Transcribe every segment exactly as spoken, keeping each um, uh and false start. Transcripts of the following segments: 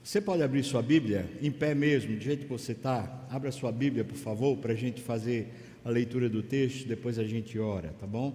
Você pode abrir sua Bíblia, em pé mesmo, do jeito que você está. Abra sua Bíblia, por favor, para a gente fazer a leitura do texto, depois a gente ora, tá bom?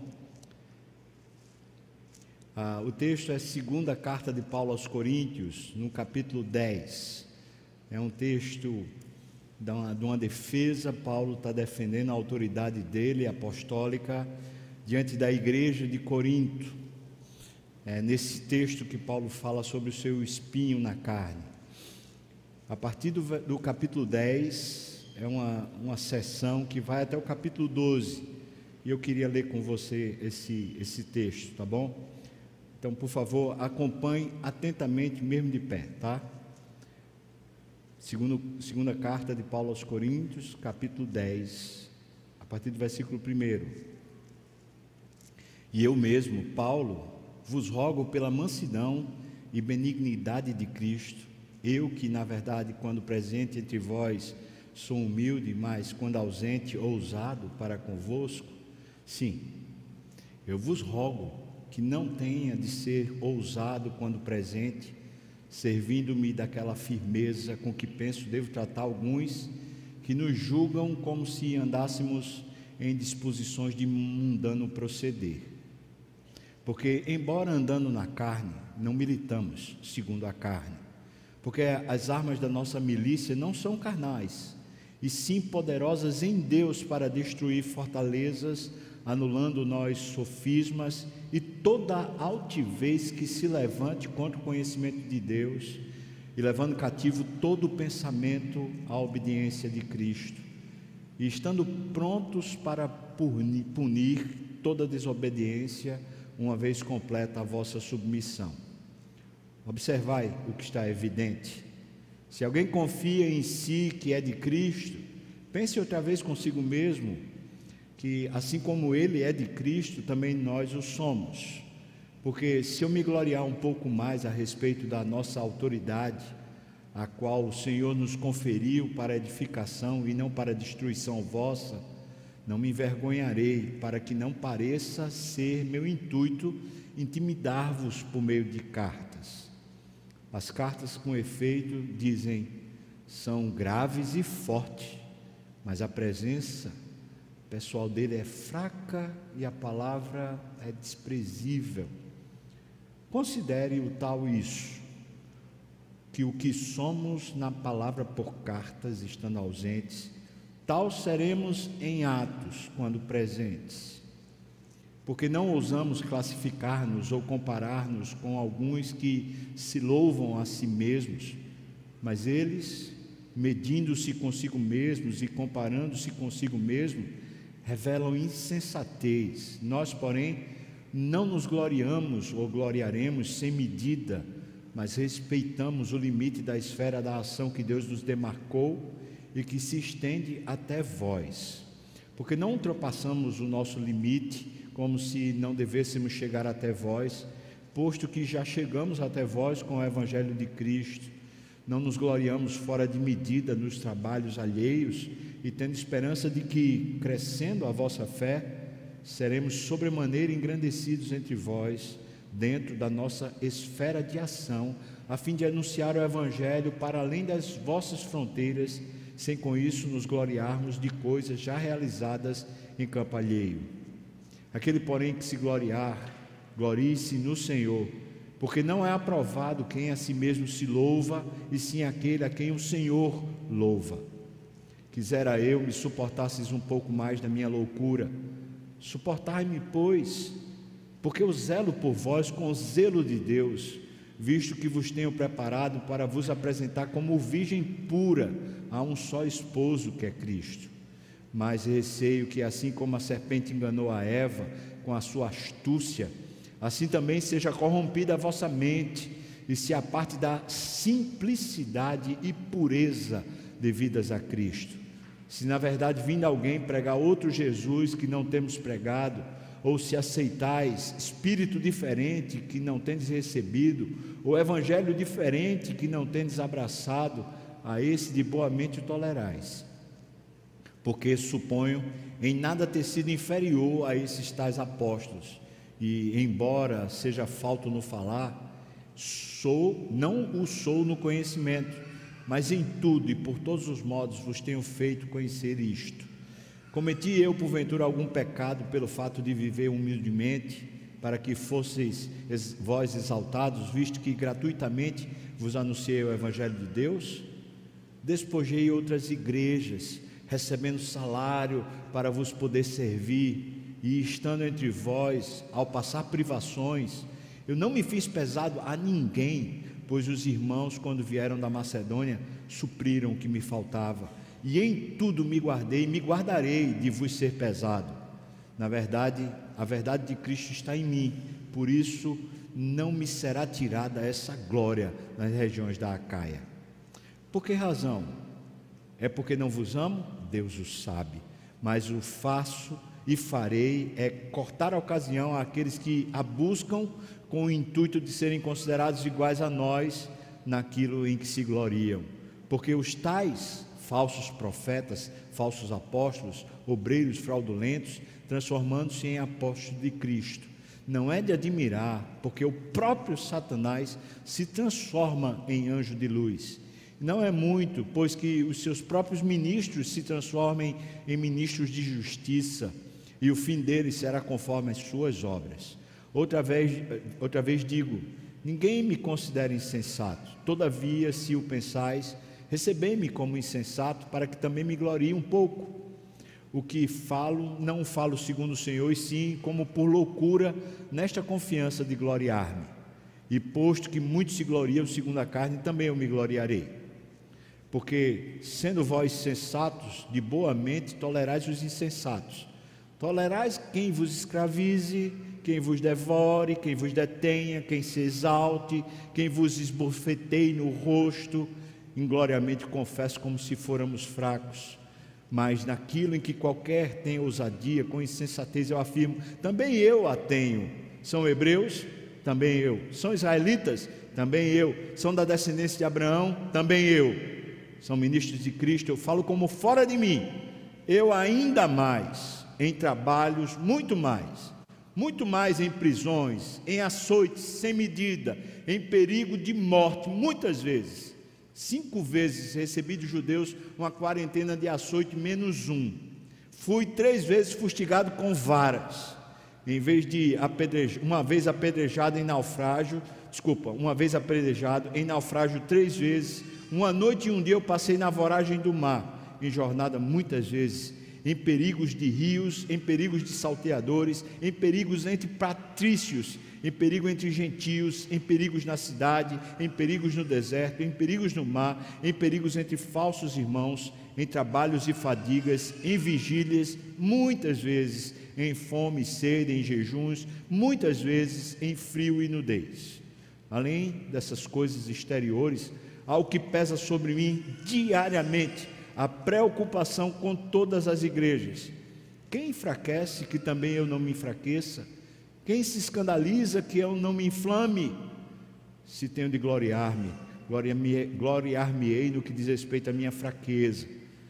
Ah, o texto é a segunda carta de Paulo aos Coríntios, no capítulo dez. É um texto de uma, de uma defesa. Paulo está defendendo a autoridade dele, apostólica, diante da igreja de Corinto. É nesse texto que Paulo fala sobre o seu espinho na carne. A partir do, do capítulo dez, é uma, uma seção que vai até o capítulo doze, e eu queria ler com você esse, esse texto, tá bom? Então, por favor, acompanhe atentamente, mesmo de pé, tá? Segundo, segunda carta de Paulo aos Coríntios, capítulo dez, a partir do versículo primeiro. E eu mesmo, Paulo, vos rogo pela mansidão e benignidade de Cristo, eu que, na verdade, quando presente entre vós, sou humilde, mas quando ausente, ousado para convosco. Sim, eu vos rogo que não tenha de ser ousado quando presente, servindo-me daquela firmeza com que penso devo tratar alguns que nos julgam como se andássemos em disposições de mundano proceder. Porque, embora andando na carne, não militamos segundo a carne, porque as armas da nossa milícia não são carnais, e sim poderosas em Deus para destruir fortalezas, anulando nós sofismas e toda altivez que se levante contra o conhecimento de Deus, e levando cativo todo o pensamento à obediência de Cristo, e estando prontos para punir, punir toda desobediência, uma vez completa a vossa submissão. Observai o que está evidente. Se alguém confia em si que é de Cristo, pense outra vez consigo mesmo, que assim como ele é de Cristo, também nós o somos. Porque se eu me gloriar um pouco mais a respeito da nossa autoridade, a qual o Senhor nos conferiu para edificação e não para destruição vossa, não me envergonharei, para que não pareça ser meu intuito intimidar-vos por meio de cartas. As cartas, com efeito, dizem, são graves e fortes, mas a presença pessoal dele é fraca e a palavra é desprezível. Considere o tal isso, que o que somos na palavra por cartas, estando ausentes, tal seremos em atos, quando presentes. Porque não ousamos classificar-nos ou comparar-nos com alguns que se louvam a si mesmos, mas eles, medindo-se consigo mesmos e comparando-se consigo mesmos, revelam insensatez. Nós, porém, não nos gloriamos ou gloriaremos sem medida, mas respeitamos o limite da esfera da ação que Deus nos demarcou e que se estende até vós. Porque não ultrapassamos o nosso limite como se não devêssemos chegar até vós, posto que já chegamos até vós com o Evangelho de Cristo. Não nos gloriamos fora de medida nos trabalhos alheios, e tendo esperança de que, crescendo a vossa fé, seremos sobremaneira engrandecidos entre vós, dentro da nossa esfera de ação, a fim de anunciar o Evangelho para além das vossas fronteiras, sem com isso nos gloriarmos de coisas já realizadas em campo alheio. Aquele, porém, que se gloriar, glorie-se no Senhor, porque não é aprovado quem a si mesmo se louva, e sim aquele a quem o Senhor louva. Quisera eu me suportasseis um pouco mais da minha loucura. Suportai-me, pois, porque eu zelo por vós com o zelo de Deus, visto que vos tenho preparado para vos apresentar como virgem pura a um só esposo, que é Cristo. Mas receio que, assim como a serpente enganou a Eva com a sua astúcia, assim também seja corrompida a vossa mente, e se aparte da simplicidade e pureza devidas a Cristo. Se na verdade vindo alguém pregar outro Jesus que não temos pregado, ou se aceitais espírito diferente que não tendes recebido, ou evangelho diferente que não tendes abraçado, a esse de boa mente o tolerais. Porque suponho em nada ter sido inferior a esses tais apóstolos, e embora seja falto no falar, Sou, não o sou no conhecimento, mas em tudo e por todos os modos vos tenho feito conhecer isto. Cometi eu, porventura, algum pecado pelo fato de viver humildemente, para que fosseis vós exaltados, visto que gratuitamente vos anunciei o Evangelho de Deus? Despojei outras igrejas, recebendo salário para vos poder servir, e estando entre vós, ao passar privações, eu não me fiz pesado a ninguém, pois os irmãos, quando vieram da Macedônia, supriram o que me faltava, e em tudo me guardei, me guardarei de vos ser pesado. Na verdade, a verdade de Cristo está em mim, por isso não me será tirada essa glória nas regiões da Acaia. Por que razão? É porque não vos amo? Deus o sabe, mas o faço e farei é cortar a ocasião àqueles que a buscam com o intuito de serem considerados iguais a nós naquilo em que se gloriam, porque os tais falsos profetas, falsos apóstolos, obreiros fraudulentos, transformando-se em apóstolos de Cristo. Não é de admirar, porque o próprio Satanás se transforma em anjo de luz. Não é muito, pois que os seus próprios ministros se transformem em ministros de justiça, e o fim deles será conforme as suas obras. Outra vez, outra vez digo, ninguém me considera insensato, todavia, se o pensais, recebei-me como insensato, para que também me glorie um pouco. O que falo, não falo segundo o Senhor, e sim como por loucura, nesta confiança de gloriar-me. E posto que muitos se gloriam segundo a carne, também eu me gloriarei. Porque, sendo vós sensatos, de boa mente, tolerais os insensatos. Tolerais quem vos escravize, quem vos devore, quem vos detenha, quem se exalte, quem vos esbofeteie no rosto. Ingloriamente confesso como se fôramos fracos. Mas naquilo em que qualquer tem ousadia, com insensatez eu afirmo, também eu a tenho. São hebreus? Também eu. São israelitas? Também eu. São da descendência de Abraão? Também eu. São ministros de Cristo? Eu falo como fora de mim. Eu ainda mais, em trabalhos, muito mais. Muito mais em prisões, em açoites sem medida, em perigo de morte, muitas vezes. Cinco vezes recebi dos judeus uma quarentena de açoite menos um. Fui três vezes fustigado com varas, em vez de apedrejado, uma vez apedrejado em naufrágio, desculpa, uma vez apedrejado em naufrágio três vezes. Uma noite e um dia eu passei na voragem do mar, em jornada muitas vezes, em perigos de rios, em perigos de salteadores, em perigos entre patrícios, em perigo entre gentios, em perigos na cidade, em perigos no deserto, em perigos no mar, em perigos entre falsos irmãos, em trabalhos e fadigas, em vigílias, muitas vezes em fome e sede, em jejuns, muitas vezes em frio e nudez. Além dessas coisas exteriores, há o que pesa sobre mim diariamente, a preocupação com todas as igrejas. Quem enfraquece, que também eu não me enfraqueça? Quem se escandaliza, que eu não me inflame? Se tenho de gloriar-me, gloriar-me-ei no que diz respeito à minha fraqueza.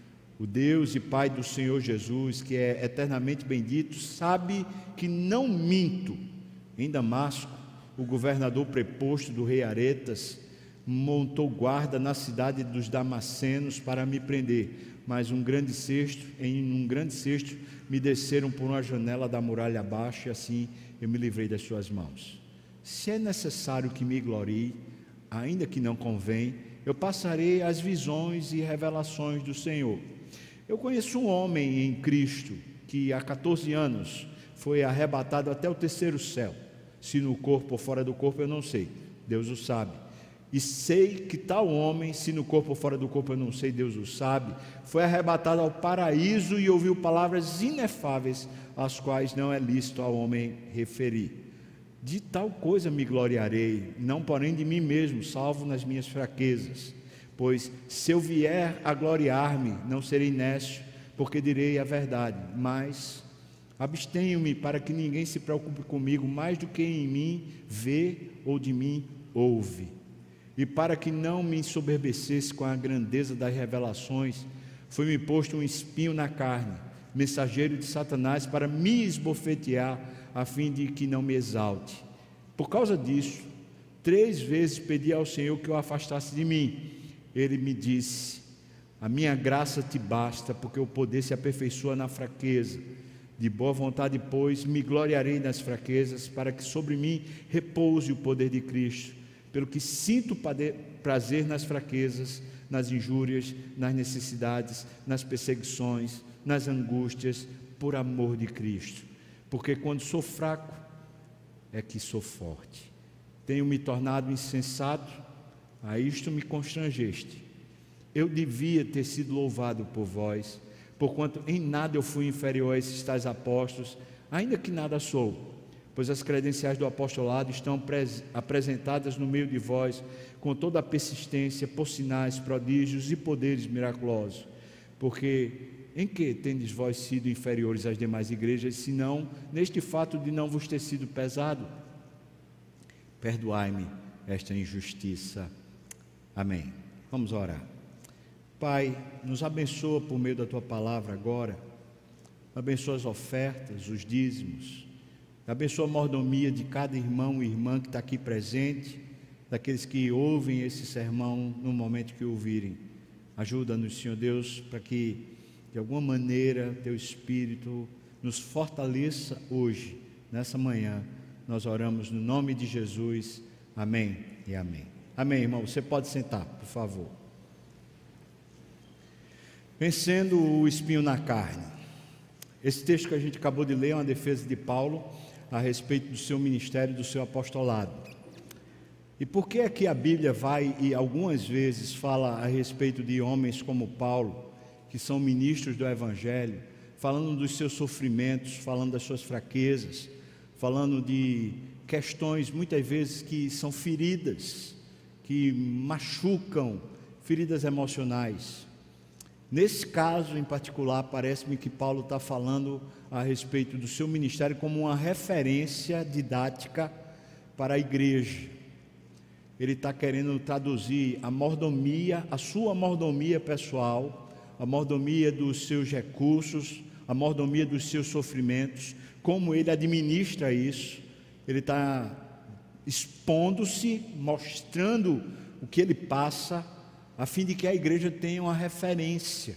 O Deus e Pai do Senhor Jesus, que é eternamente bendito, sabe que não minto. Em Damasco, o governador preposto do rei Aretas montou guarda na cidade dos Damascenos para me prender, mas um grande cesto, em um grande cesto me desceram por uma janela da muralha abaixo, e assim eu me livrei das suas mãos. Se é necessário que me glorie, ainda que não convém, eu passarei as visões e revelações do Senhor. Eu conheço um homem em Cristo que há catorze anos foi arrebatado até o terceiro céu. Se no corpo ou fora do corpo eu não sei, Deus o sabe. E sei que tal homem, se no corpo ou fora do corpo eu não sei, Deus o sabe, foi arrebatado ao paraíso e ouviu palavras inefáveis, as quais não é lícito ao homem referir. De tal coisa me gloriarei, não porém de mim mesmo, salvo nas minhas fraquezas. Pois se eu vier a gloriar-me, não serei nécio, porque direi a verdade, mas abstenho-me para que ninguém se preocupe comigo mais do que em mim vê ou de mim ouve. E para que não me ensoberbecesse com a grandeza das revelações, foi-me posto um espinho na carne, mensageiro de Satanás, para me esbofetear, a fim de que não me exalte. Por causa disso, Três vezes pedi ao Senhor que o afastasse de mim. Ele me disse: a minha graça te basta, porque o poder se aperfeiçoa na fraqueza. De boa vontade, pois, me gloriarei nas fraquezas, para que sobre mim repouse o poder de Cristo. Pelo que sinto prazer nas fraquezas, nas injúrias, nas necessidades, nas perseguições, nas angústias, por amor de Cristo. Porque quando sou fraco, é que sou forte. Tenho me tornado insensato, a isto me constrangeste. Eu devia ter sido louvado por vós, porquanto em nada eu fui inferior a esses tais apóstolos, ainda que nada sou, pois as credenciais do apostolado estão apresentadas no meio de vós, com toda a persistência, por sinais, prodígios e poderes miraculosos. Porque em que tendes vós sido inferiores às demais igrejas, senão neste fato de não vos ter sido pesado? Perdoai-me esta injustiça. Amém. Vamos orar. Pai, nos abençoa por meio da Tua palavra agora. Abençoa as ofertas, os dízimos. Abençoa a mordomia de cada irmão e irmã que está aqui presente, daqueles que ouvem esse sermão no momento que ouvirem. Ajuda-nos, Senhor Deus, para que de alguma maneira Teu Espírito nos fortaleça hoje, nessa manhã. Nós oramos no nome de Jesus. Amém e amém. Amém, irmão. Você pode sentar, por favor. Vencendo o espinho na carne. Esse texto que a gente acabou de ler é uma defesa de Paulo a respeito do seu ministério, do seu apostolado. E por que é que a Bíblia vai e algumas vezes fala a respeito de homens como Paulo, que são ministros do Evangelho, falando dos seus sofrimentos, falando das suas fraquezas, falando de questões muitas vezes que são feridas, que machucam, feridas emocionais. Nesse caso em particular, parece-me que Paulo está falando a respeito do seu ministério como uma referência didática para a igreja. Ele está querendo traduzir a mordomia, a sua mordomia pessoal, a mordomia dos seus recursos, a mordomia dos seus sofrimentos, como ele administra isso. Ele está expondo-se, mostrando o que ele passa, a fim de que a igreja tenha uma referência.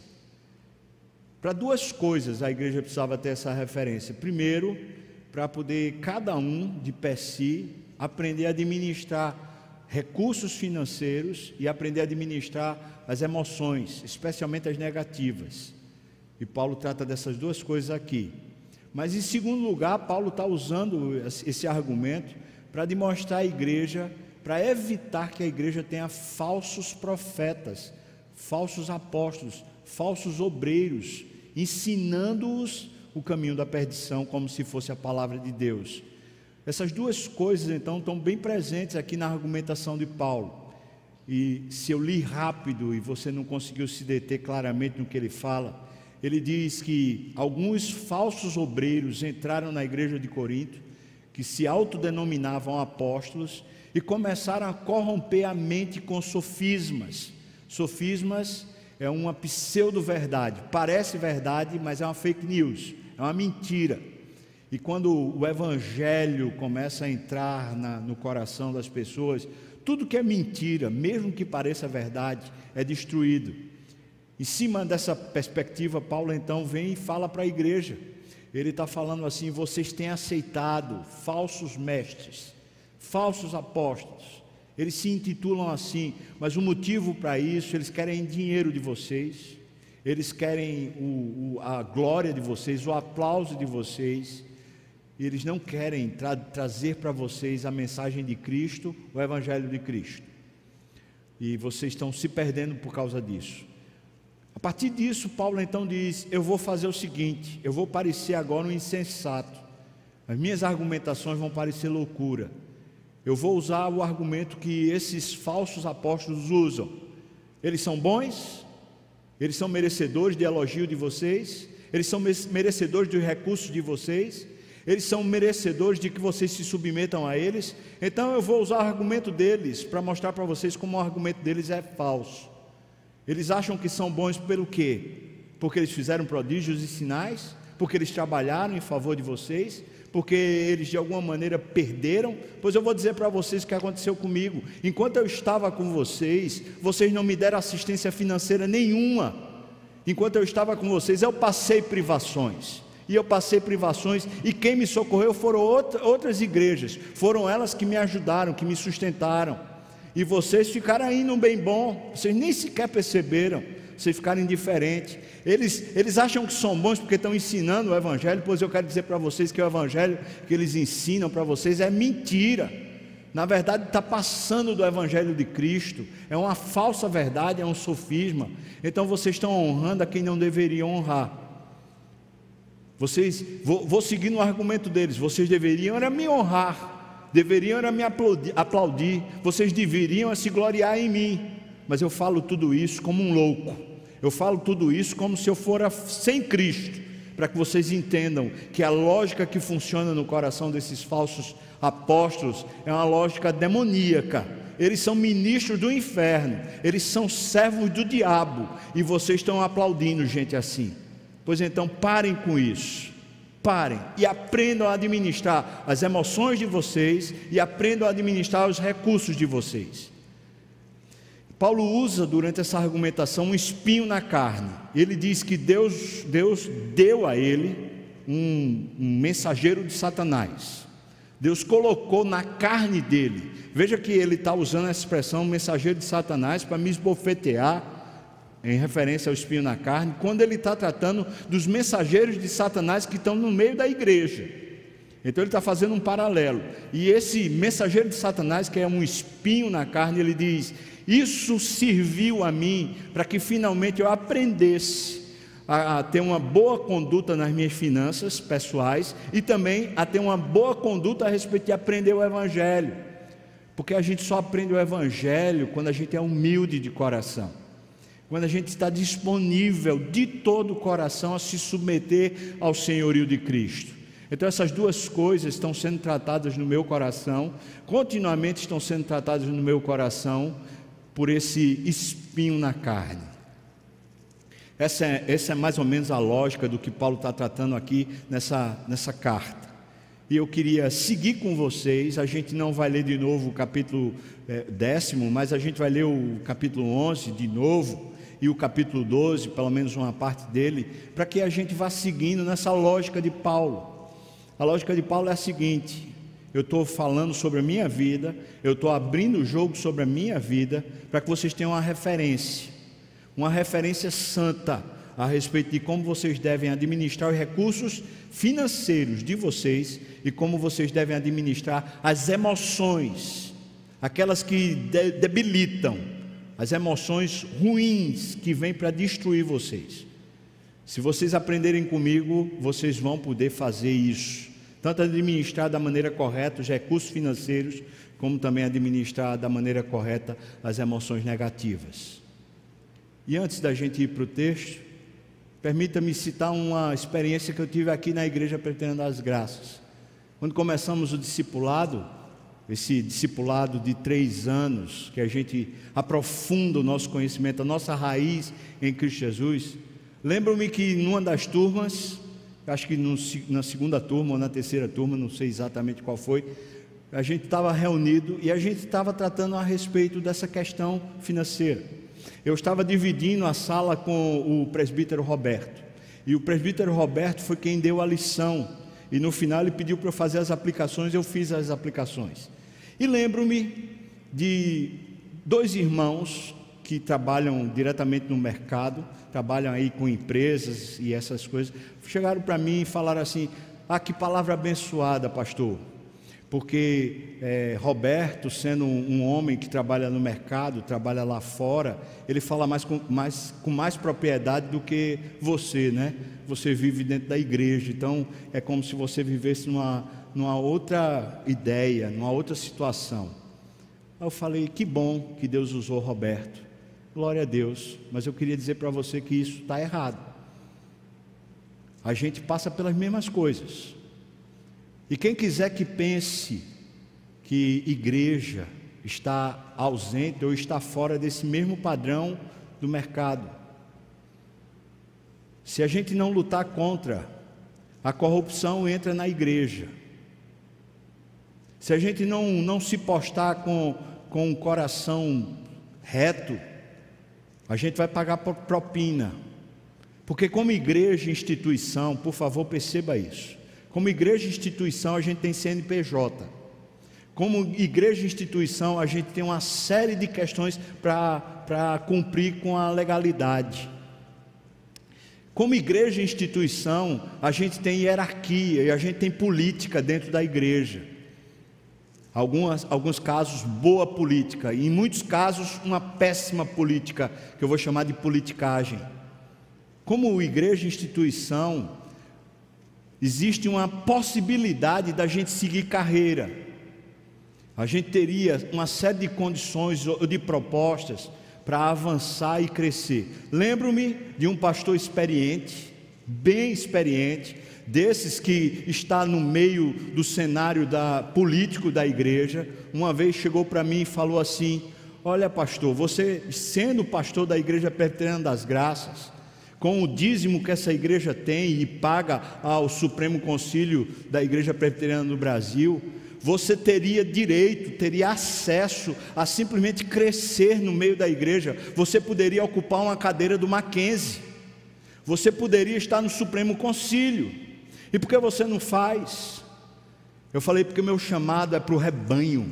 Para duas coisas a igreja precisava ter essa referência. Primeiro, para poder cada um de per si aprender a administrar recursos financeiros e aprender a administrar as emoções, especialmente as negativas. E Paulo trata dessas duas coisas aqui. Mas em segundo lugar, Paulo está usando esse argumento para demonstrar à igreja, para evitar que a igreja tenha falsos profetas, falsos apóstolos, falsos obreiros, ensinando-os o caminho da perdição como se fosse a palavra de Deus. Essas duas coisas então estão bem presentes aqui na argumentação de Paulo. E se eu li rápido e você não conseguiu se deter claramente no que ele fala, ele diz que alguns falsos obreiros entraram na igreja de Corinto, que se autodenominavam apóstolos, e começaram a corromper a mente com sofismas. Sofismas é uma pseudo-verdade, parece verdade, mas é uma fake news, é uma mentira. E quando o evangelho começa a entrar na, no coração das pessoas, tudo que é mentira, mesmo que pareça verdade, é destruído. Em cima dessa perspectiva, Paulo então vem e fala para a igreja. Ele está falando assim: vocês têm aceitado falsos mestres, falsos apóstolos. Eles se intitulam assim, mas o motivo para isso, eles querem dinheiro de vocês, eles querem o, o, a glória de vocês, o aplauso de vocês. Eles não querem tra- trazer para vocês a mensagem de Cristo, o Evangelho de Cristo. E vocês estão se perdendo por causa disso. A partir disso, Paulo então diz: eu vou fazer o seguinte, eu vou parecer agora um insensato, as minhas argumentações vão parecer loucura. Eu vou usar o argumento que esses falsos apóstolos usam. Eles são bons, eles são merecedores de elogio de vocês, eles são merecedores dos recursos de vocês, eles são merecedores de que vocês se submetam a eles. Então eu vou usar o argumento deles para mostrar para vocês como o argumento deles é falso. Eles acham que são bons pelo quê? Porque eles fizeram prodígios e sinais, porque eles trabalharam em favor de vocês, porque eles de alguma maneira perderam? Pois eu vou dizer para vocês o que aconteceu comigo. Enquanto eu estava com vocês, vocês não me deram assistência financeira nenhuma. Enquanto eu estava com vocês, eu passei privações. E eu passei privações, e quem me socorreu foram outra, outras igrejas, foram elas que me ajudaram, que me sustentaram, e vocês ficaram aí num bem bom, vocês nem sequer perceberam, vocês ficaram indiferentes. Eles, eles acham que são bons porque estão ensinando o Evangelho, pois eu quero dizer para vocês que o Evangelho que eles ensinam para vocês é mentira. Na verdade está passando do Evangelho de Cristo, é uma falsa verdade, é um sofisma. Então vocês estão honrando a quem não deveriam honrar. Vocês, vou, vou seguir no argumento deles, vocês deveriam era me honrar, deveriam era me aplaudir, aplaudir, vocês deveriam se gloriar em mim, mas eu falo tudo isso como um louco, eu falo tudo isso como se eu fora sem Cristo, para que vocês entendam que a lógica que funciona no coração desses falsos apóstolos é uma lógica demoníaca. Eles são ministros do inferno, eles são servos do diabo, e vocês estão aplaudindo gente assim. Pois então parem com isso, parem e aprendam a administrar as emoções de vocês e aprendam a administrar os recursos de vocês. Paulo usa durante essa argumentação um espinho na carne. Ele diz que Deus, Deus deu a ele um, um mensageiro de Satanás. Deus colocou na carne dele. Veja que ele está usando essa expressão mensageiro de Satanás para me esbofetear, em referência ao espinho na carne, quando ele está tratando dos mensageiros de Satanás que estão no meio da igreja. Então ele está fazendo um paralelo, e esse mensageiro de Satanás, que é um espinho na carne, ele diz: isso serviu a mim para que finalmente eu aprendesse a, a ter uma boa conduta nas minhas finanças pessoais, e também a ter uma boa conduta a respeito de aprender o Evangelho, porque a gente só aprende o Evangelho quando a gente é humilde de coração, quando a gente está disponível de todo o coração a se submeter ao senhorio de Cristo. Então essas duas coisas estão sendo tratadas no meu coração, continuamente estão sendo tratadas no meu coração por esse espinho na carne. Essa é, essa é mais ou menos a lógica do que Paulo está tratando aqui nessa, nessa carta. E eu queria seguir com vocês. A gente não vai ler de novo o capítulo é, décimo, mas a gente vai ler o capítulo onze de novo, e o capítulo doze, pelo menos uma parte dele, para que a gente vá seguindo nessa lógica de Paulo. A lógica de Paulo é a seguinte: eu estou falando sobre a minha vida, eu estou abrindo o jogo sobre a minha vida, para que vocês tenham uma referência, uma referência santa, a respeito de como vocês devem administrar os recursos financeiros de vocês, e como vocês devem administrar as emoções, aquelas que de- debilitam, as emoções ruins que vêm para destruir vocês. Se vocês aprenderem comigo, vocês vão poder fazer isso, tanto administrar da maneira correta os recursos financeiros, como também administrar da maneira correta as emoções negativas. E antes da gente ir para o texto, permita-me citar uma experiência que eu tive aqui na Igreja Presbiteriana das Graças. Quando começamos o discipulado, esse discipulado de três anos, que a gente aprofunda o nosso conhecimento, a nossa raiz em Cristo Jesus. Lembro-me que numa das turmas, acho que no, na segunda turma ou na terceira turma, não sei exatamente qual foi, a gente estava reunido e a gente estava tratando a respeito dessa questão financeira. Eu estava dividindo a sala com o presbítero Roberto, e o presbítero Roberto foi quem deu a lição, e no final ele pediu para eu fazer as aplicações. Eu fiz as aplicações, e lembro-me de dois irmãos que trabalham diretamente no mercado, trabalham aí com empresas e essas coisas, chegaram para mim e falaram assim: ah, que palavra abençoada, pastor, porque é, Roberto, sendo um, um homem que trabalha no mercado, trabalha lá fora, ele fala mais com, mais com mais propriedade do que você, né? Você vive dentro da igreja, então é como se você vivesse numa, numa outra ideia, numa outra situação. Aí eu falei: que bom que Deus usou Roberto, glória a Deus, mas eu queria dizer para você que isso está errado. A gente passa pelas mesmas coisas, e quem quiser que pense que igreja está ausente ou está fora desse mesmo padrão do mercado, se a gente não lutar contra, a corrupção entra na igreja, se a gente não, não se postar com, com um coração reto, a gente vai pagar por propina. Porque como igreja e instituição, por favor, perceba isso. Como igreja e instituição, a gente tem C N P J. Como igreja e instituição, a gente tem uma série de questões para cumprir com a legalidade. Como igreja e instituição, a gente tem hierarquia e a gente tem política dentro da igreja. Algumas, alguns casos, boa política, e em muitos casos, uma péssima política, que eu vou chamar de politicagem. Como igreja e instituição, existe uma possibilidade da gente seguir carreira. A gente teria uma série de condições ou de propostas para avançar e crescer. Lembro-me de um pastor experiente, bem experiente, desses que está no meio do cenário da, político da igreja. Uma vez chegou para mim e falou assim: olha, pastor, você sendo pastor da Igreja Presbiteriana das Graças, com o dízimo que essa igreja tem e paga ao Supremo Concílio da Igreja Presbiteriana do Brasil, você teria direito, teria acesso a simplesmente crescer no meio da igreja. Você poderia ocupar uma cadeira do Mackenzie, você poderia estar no Supremo Concílio. E por que você não faz? Eu falei: porque meu chamado é para o rebanho,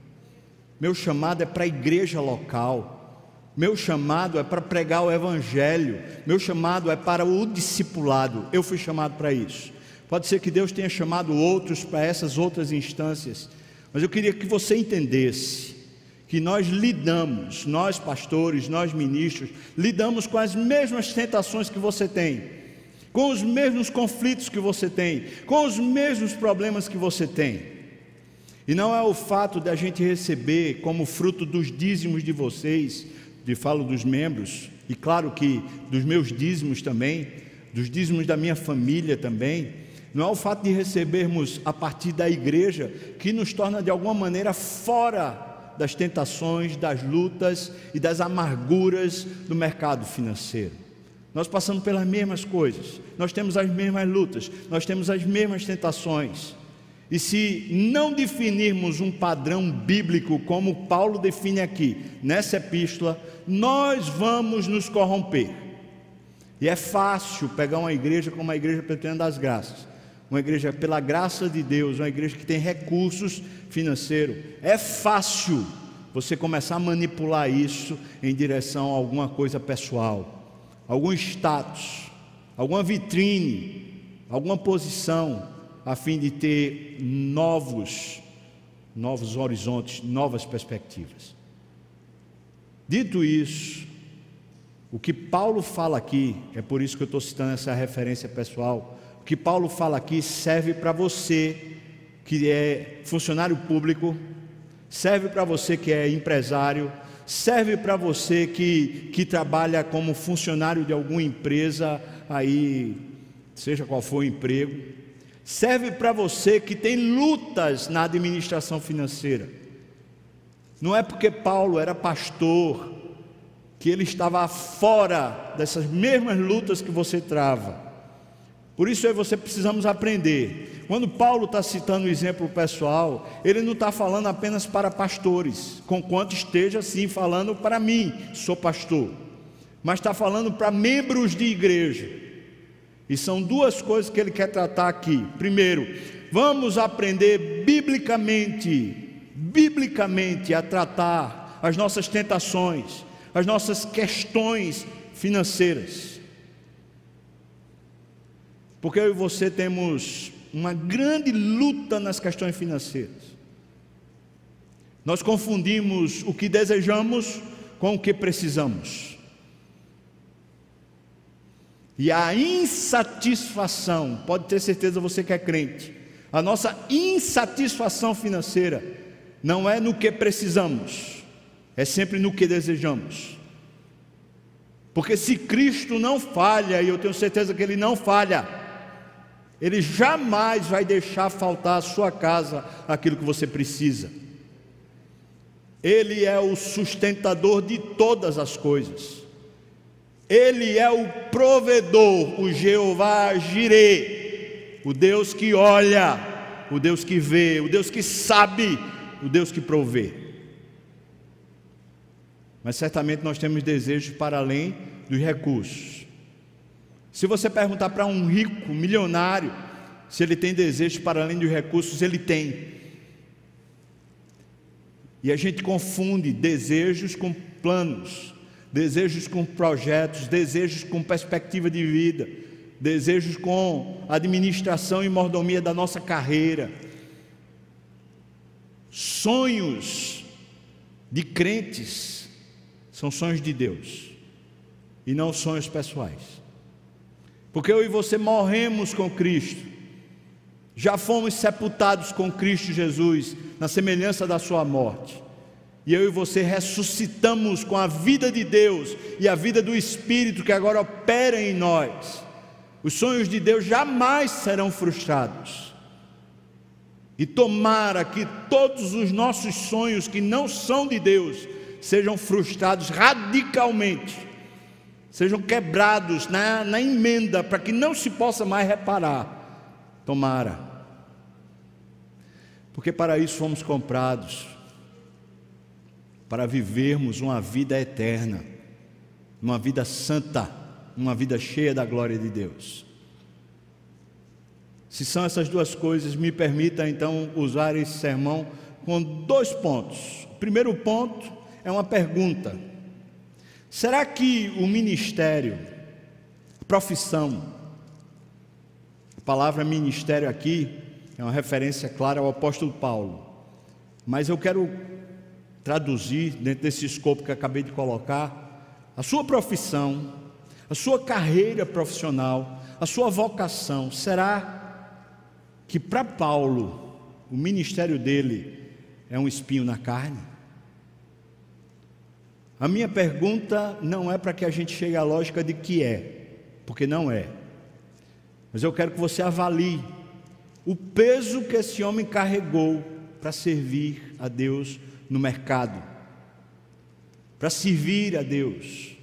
meu chamado é para a igreja local, meu chamado é para pregar o Evangelho, meu chamado é para o discipulado. Eu fui chamado para isso. Pode ser que Deus tenha chamado outros para essas outras instâncias, mas eu queria que você entendesse que nós lidamos, nós pastores, nós ministros, lidamos com as mesmas tentações que você tem, com os mesmos conflitos que você tem, com os mesmos problemas que você tem. E não é o fato de a gente receber como fruto dos dízimos de vocês, de falo dos membros, e claro que dos meus dízimos também, dos dízimos da minha família também, não é o fato de recebermos a partir da igreja que nos torna de alguma maneira fora das tentações, das lutas e das amarguras do mercado financeiro. Nós passamos pelas mesmas coisas, nós temos as mesmas lutas, nós temos as mesmas tentações. E se não definirmos um padrão bíblico como Paulo define aqui, nessa epístola, nós vamos nos corromper. E é fácil pegar uma igreja como a Igreja Presbiteriana das Graças, uma igreja pela graça de Deus, uma igreja que tem recursos financeiros. É fácil você começar a manipular isso em direção a alguma coisa pessoal, algum status, alguma vitrine, alguma posição, a fim de ter novos, novos horizontes, novas perspectivas. Dito isso, o que Paulo fala aqui, é por isso que eu estou citando essa referência pessoal, o que Paulo fala aqui serve para você que é funcionário público, serve para você que é empresário, serve para você que, que trabalha como funcionário de alguma empresa, aí, seja qual for o emprego, serve para você que tem lutas na administração financeira. Não é porque Paulo era pastor que ele estava fora dessas mesmas lutas que você trava. Por isso aí você precisamos aprender. Quando Paulo está citando o exemplo pessoal, ele não está falando apenas para pastores, conquanto esteja assim falando para mim, sou pastor, mas está falando para membros de igreja. E são duas coisas que ele quer tratar aqui. Primeiro, vamos aprender biblicamente, biblicamente a tratar as nossas tentações, as nossas questões financeiras. Porque eu e você temos uma grande luta nas questões financeiras. Nós confundimos o que desejamos com o que precisamos. E a insatisfação, pode ter certeza você que é crente, a nossa insatisfação financeira não é no que precisamos, é sempre no que desejamos. Porque se Cristo não falha, e eu tenho certeza que Ele não falha, Ele jamais vai deixar faltar à sua casa aquilo que você precisa. Ele é o sustentador de todas as coisas. Ele é o provedor, o Jeová Jireh, o Deus que olha o Deus que vê, o Deus que sabe, o Deus que provê. Mas certamente nós temos desejos para além dos recursos. Se você perguntar para um rico, milionário, se ele tem desejos para além dos recursos, ele tem. E a gente confunde desejos com planos, desejos com projetos, desejos com perspectiva de vida, desejos com administração e mordomia da nossa carreira. Sonhos de crentes são sonhos de Deus e não sonhos pessoais. Porque eu e você morremos com Cristo, já fomos sepultados com Cristo Jesus na semelhança da sua morte, e eu e você ressuscitamos com a vida de Deus e a vida do Espírito que agora opera em nós. Os sonhos de Deus jamais serão frustrados, e tomara que todos os nossos sonhos que não são de Deus sejam frustrados radicalmente, sejam quebrados na, na emenda, para que não se possa mais reparar. Tomara, porque para isso fomos comprados, para vivermos uma vida eterna, uma vida santa, uma vida cheia da glória de Deus. Se são essas duas coisas, me permita então usar esse sermão com dois pontos. O primeiro ponto é uma pergunta: será que o ministério, a profissão, a palavra ministério aqui é uma referência clara ao apóstolo Paulo, mas eu quero traduzir dentro desse escopo que acabei de colocar, a sua profissão, a sua carreira profissional, a sua vocação. Será que para Paulo o ministério dele é um espinho na carne? A minha pergunta não é para que a gente chegue à lógica de que é, porque não é, mas eu quero que você avalie o peso que esse homem carregou para servir a Deus no mercado, para servir a Deus,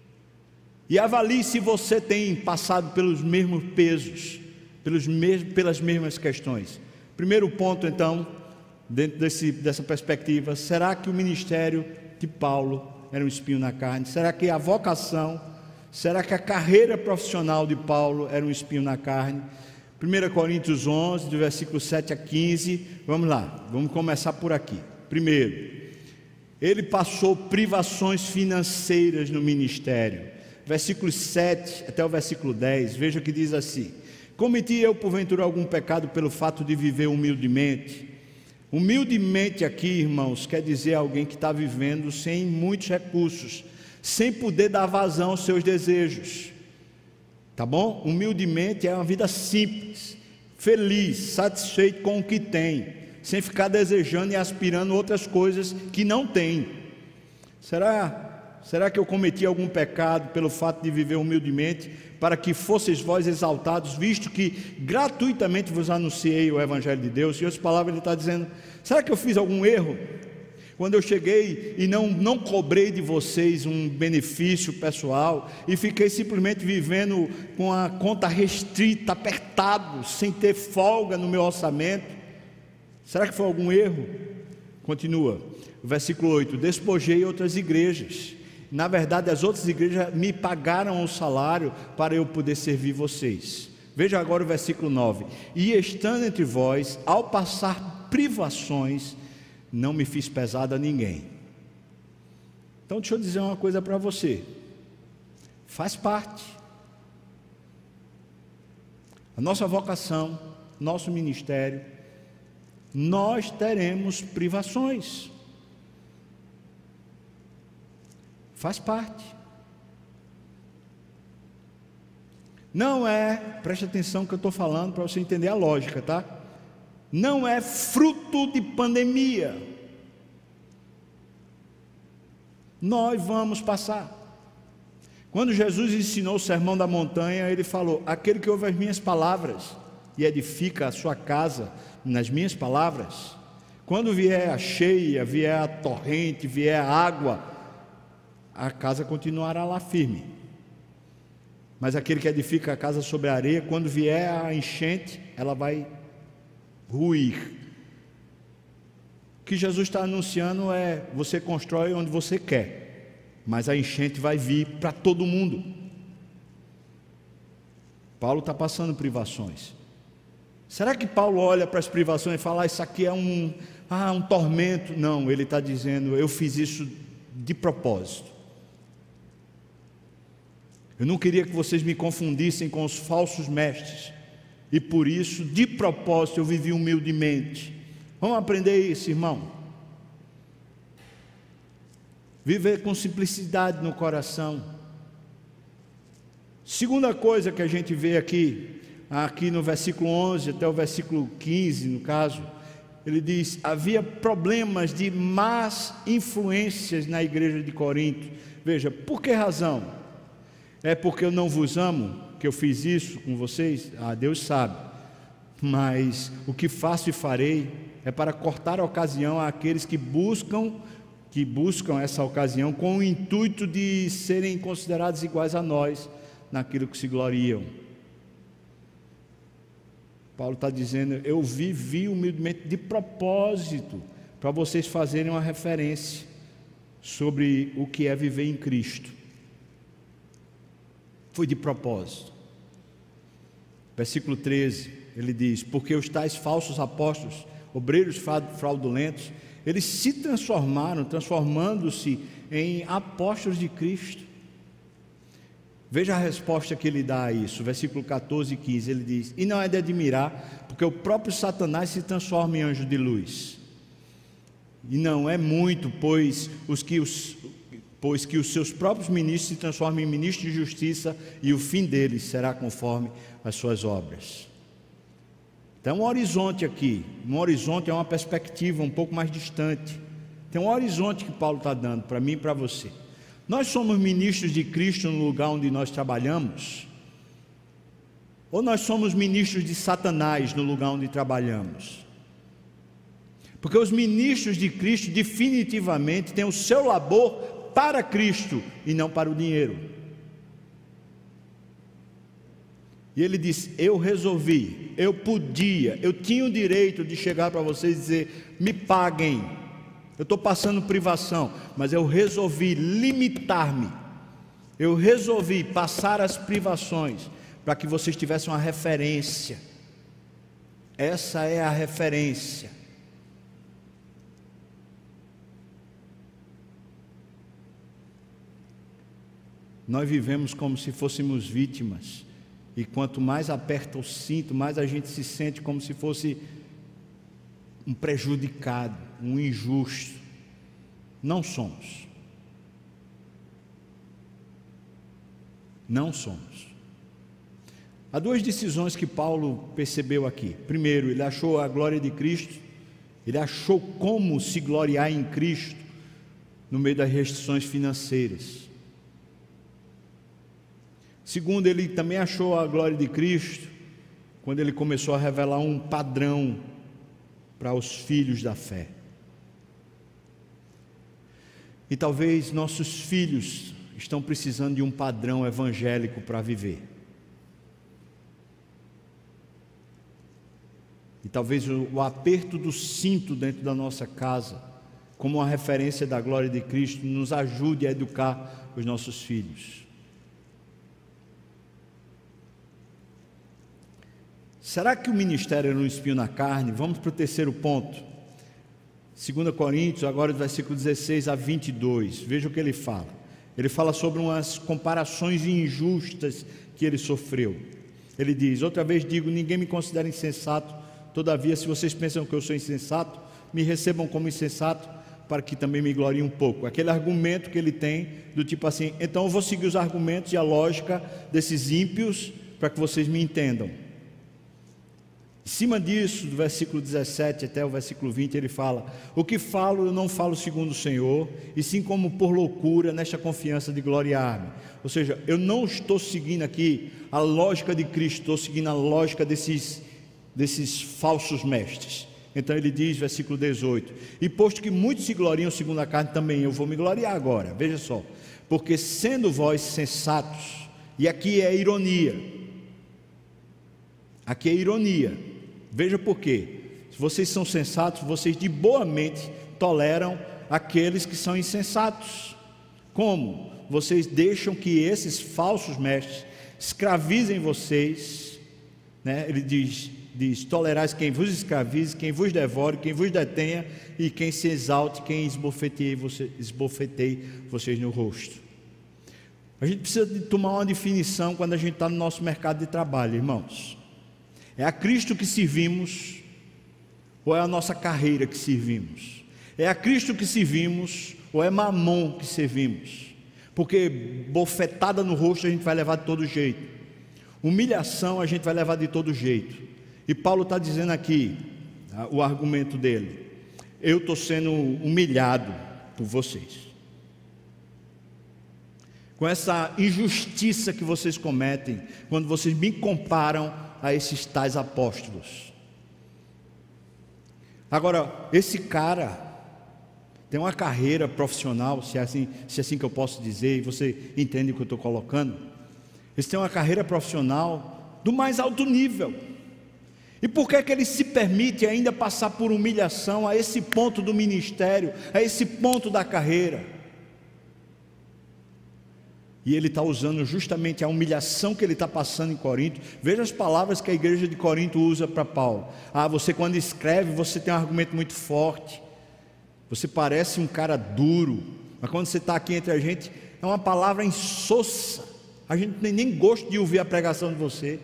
e avalie se você tem passado pelos mesmos pesos, pelos mesmos, pelas mesmas questões. Primeiro ponto então, dentro desse, dessa perspectiva, será que o ministério de Paulo era um espinho na carne? Será que a vocação, será que a carreira profissional de Paulo era um espinho na carne? primeira Coríntios onze, do versículo sete a quinze, vamos lá, vamos começar por aqui. Primeiro, ele passou privações financeiras no ministério, versículos sete até o versículo dez, veja que diz assim: cometi eu porventura algum pecado pelo fato de viver humildemente? Humildemente aqui, irmãos, quer dizer alguém que está vivendo sem muitos recursos, sem poder dar vazão aos seus desejos, tá bom? Humildemente é uma vida simples, feliz, satisfeito com o que tem, sem ficar desejando e aspirando outras coisas que não tem. Será, será que eu cometi algum pecado pelo fato de viver humildemente, para que fosseis vós exaltados, visto que gratuitamente vos anunciei o Evangelho de Deus? Em outras palavras, ele está dizendo: será que eu fiz algum erro quando eu cheguei e não, não cobrei de vocês um benefício pessoal, e fiquei simplesmente vivendo com a conta restrita, apertado, sem ter folga no meu orçamento? Será que foi algum erro? Continua, versículo oito: despojei outras igrejas. Na verdade, as outras igrejas me pagaram o salário para eu poder servir vocês. Veja agora o versículo nove: e estando entre vós, ao passar privações, não me fiz pesado a ninguém. Então deixa eu dizer uma coisa para você, faz parte. A nossa vocação, nosso ministério, nós teremos privações, faz parte. Não é, preste atenção no que eu estou falando para você entender a lógica, tá? Não é fruto de pandemia. Nós vamos passar. Quando Jesus ensinou o sermão da montanha, ele falou: aquele que ouve as minhas palavras e edifica a sua casa nas minhas palavras, quando vier a cheia, vier a torrente, vier a água, a casa continuará lá firme. Mas aquele que edifica a casa sobre a areia, quando vier a enchente, ela vai ruir. O que Jesus está anunciando é: você constrói onde você quer, mas a enchente vai vir para todo mundo. Paulo está passando privações. Será que Paulo olha para as privações e fala: ah, isso aqui é um, ah, um tormento? Não, ele está dizendo: eu fiz isso de propósito. Eu não queria que vocês me confundissem com os falsos mestres, e por isso, de propósito, eu vivi humildemente. Vamos aprender isso, irmão. Viver com simplicidade no coração. Segunda coisa que a gente vê aqui, aqui no versículo onze até o versículo quinze, no caso, ele diz: havia problemas de más influências na igreja de Corinto. Veja, por que razão? É porque eu não vos amo que eu fiz isso com vocês? Ah, Deus sabe. Mas o que faço e farei é para cortar a ocasião àqueles que buscam, que buscam essa ocasião com o intuito de serem considerados iguais a nós naquilo que se gloriam. Paulo está dizendo: eu vivi humildemente de propósito, para vocês fazerem uma referência sobre o que é viver em Cristo. Foi de propósito. Versículo treze, ele diz: porque os tais falsos apóstolos, obreiros fraudulentos, eles se transformaram, transformando-se em apóstolos de Cristo. Veja a resposta que ele dá a isso, versículo catorze e quinze, ele diz: e não é de admirar, porque o próprio Satanás se transforma em anjo de luz. E não é muito, pois, os que os, pois que os seus próprios ministros se transformam em ministros de justiça, e o fim deles será conforme as suas obras. Então, um horizonte aqui, um horizonte é uma perspectiva um pouco mais distante. Tem um horizonte que Paulo está dando para mim e para você. Nós somos ministros de Cristo no lugar onde nós trabalhamos? Ou nós somos ministros de Satanás no lugar onde trabalhamos? Porque os ministros de Cristo definitivamente têm o seu labor para Cristo e não para o dinheiro. E ele disse: eu resolvi, eu podia, eu tinha o direito de chegar para vocês e dizer: me paguem, eu estou passando privação, mas eu resolvi limitar-me, eu resolvi passar as privações, para que vocês tivessem uma referência. Essa é a referência. Nós vivemos como se fôssemos vítimas, e quanto mais aperta o cinto, mais a gente se sente como se fosse um prejudicado, um injusto. Não somos. Não somos. Há duas decisões que Paulo percebeu aqui. Primeiro, ele achou a glória de Cristo, ele achou como se gloriar em Cristo no meio das restrições financeiras. Segundo, ele também achou a glória de Cristo quando ele começou a revelar um padrão para os filhos da fé. E talvez nossos filhos estão precisando de um padrão evangélico para viver. E talvez o, o aperto do cinto dentro da nossa casa, como uma referência da glória de Cristo, nos ajude a educar os nossos filhos. Será que o ministério era um espinho na carne? Vamos para o terceiro ponto. Segunda Coríntios, agora do versículo dezesseis a vinte e dois. Veja o que ele fala. Ele fala sobre umas comparações injustas que ele sofreu. Ele diz: outra vez digo, ninguém me considera insensato. Todavia, se vocês pensam que eu sou insensato, me recebam como insensato, para que também me gloriem um pouco. Aquele argumento que ele tem, do tipo assim: então eu vou seguir os argumentos e a lógica desses ímpios, para que vocês me entendam. Em cima disso, do versículo dezessete até o versículo vinte, ele fala: o que falo eu não falo segundo o Senhor, e sim como por loucura, nesta confiança de gloriar-me. Ou seja, eu não estou seguindo aqui a lógica de Cristo, estou seguindo a lógica desses, desses falsos mestres. Então ele diz, versículo dezoito: e posto que muitos se gloriam segundo a carne, também eu vou me gloriar agora. Veja só: porque sendo vós sensatos, e aqui é ironia, aqui é ironia. Veja por quê. Se vocês são sensatos, vocês de boa mente toleram aqueles que são insensatos. Como? Vocês deixam que esses falsos mestres escravizem vocês, né? Ele diz, diz, tolerais quem vos escravize, quem vos devore, quem vos detenha, e quem se exalte, quem esbofeteie, você, esbofeteie vocês no rosto. A gente precisa de tomar uma definição quando a gente está no nosso mercado de trabalho, irmãos. É a Cristo que servimos, ou é a nossa carreira que servimos? É a Cristo que servimos, ou é Mamon que servimos? Porque bofetada no rosto a gente vai levar de todo jeito, humilhação a gente vai levar de todo jeito. E Paulo está dizendo aqui, tá, o argumento dele: eu estou sendo humilhado por vocês, com essa injustiça que vocês cometem, quando vocês me comparam a esses tais apóstolos. Agora, esse cara tem uma carreira profissional, se é assim, se é assim que eu posso dizer, e você entende o que eu estou colocando. Eles têm uma carreira profissional do mais alto nível. E por que é que ele se permite ainda passar por humilhação a esse ponto do ministério, a esse ponto da carreira? E ele está usando justamente a humilhação que ele está passando em Corinto. Veja as palavras que a igreja de Corinto usa para Paulo. Ah, você quando escreve, você tem um argumento muito forte, você parece um cara duro, mas quando você está aqui entre a gente, é uma palavra insossa, a gente nem, nem gosta de ouvir a pregação de você.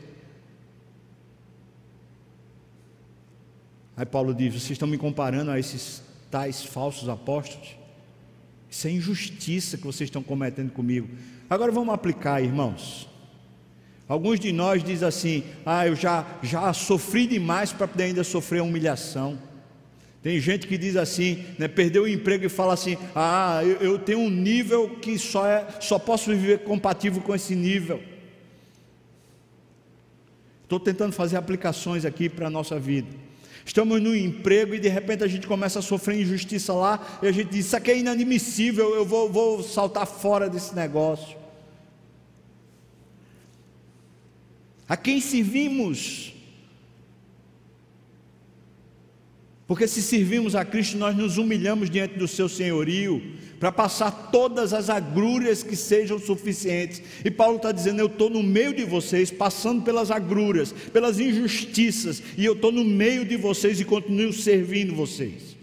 Aí Paulo diz: vocês estão me comparando a esses tais falsos apóstolos? Isso é injustiça que vocês estão cometendo comigo. Agora vamos aplicar, irmãos. Alguns de nós dizem assim: ah, eu já, já sofri demais para poder ainda sofrer humilhação. Tem gente que diz assim, né, perdeu o emprego e fala assim: ah, eu, eu tenho um nível que só, é, só posso viver compatível com esse nível. Estou tentando fazer aplicações aqui para a nossa vida. Estamos no emprego e de repente a gente começa a sofrer injustiça lá, e a gente diz: isso aqui é inadmissível, eu vou, vou saltar fora desse negócio. A quem servimos? Porque se servimos a Cristo, nós nos humilhamos diante do seu senhorio, para passar todas as agruras que sejam suficientes. E Paulo está dizendo: eu estou no meio de vocês, passando pelas agruras, pelas injustiças, e eu estou no meio de vocês e continuo servindo vocês.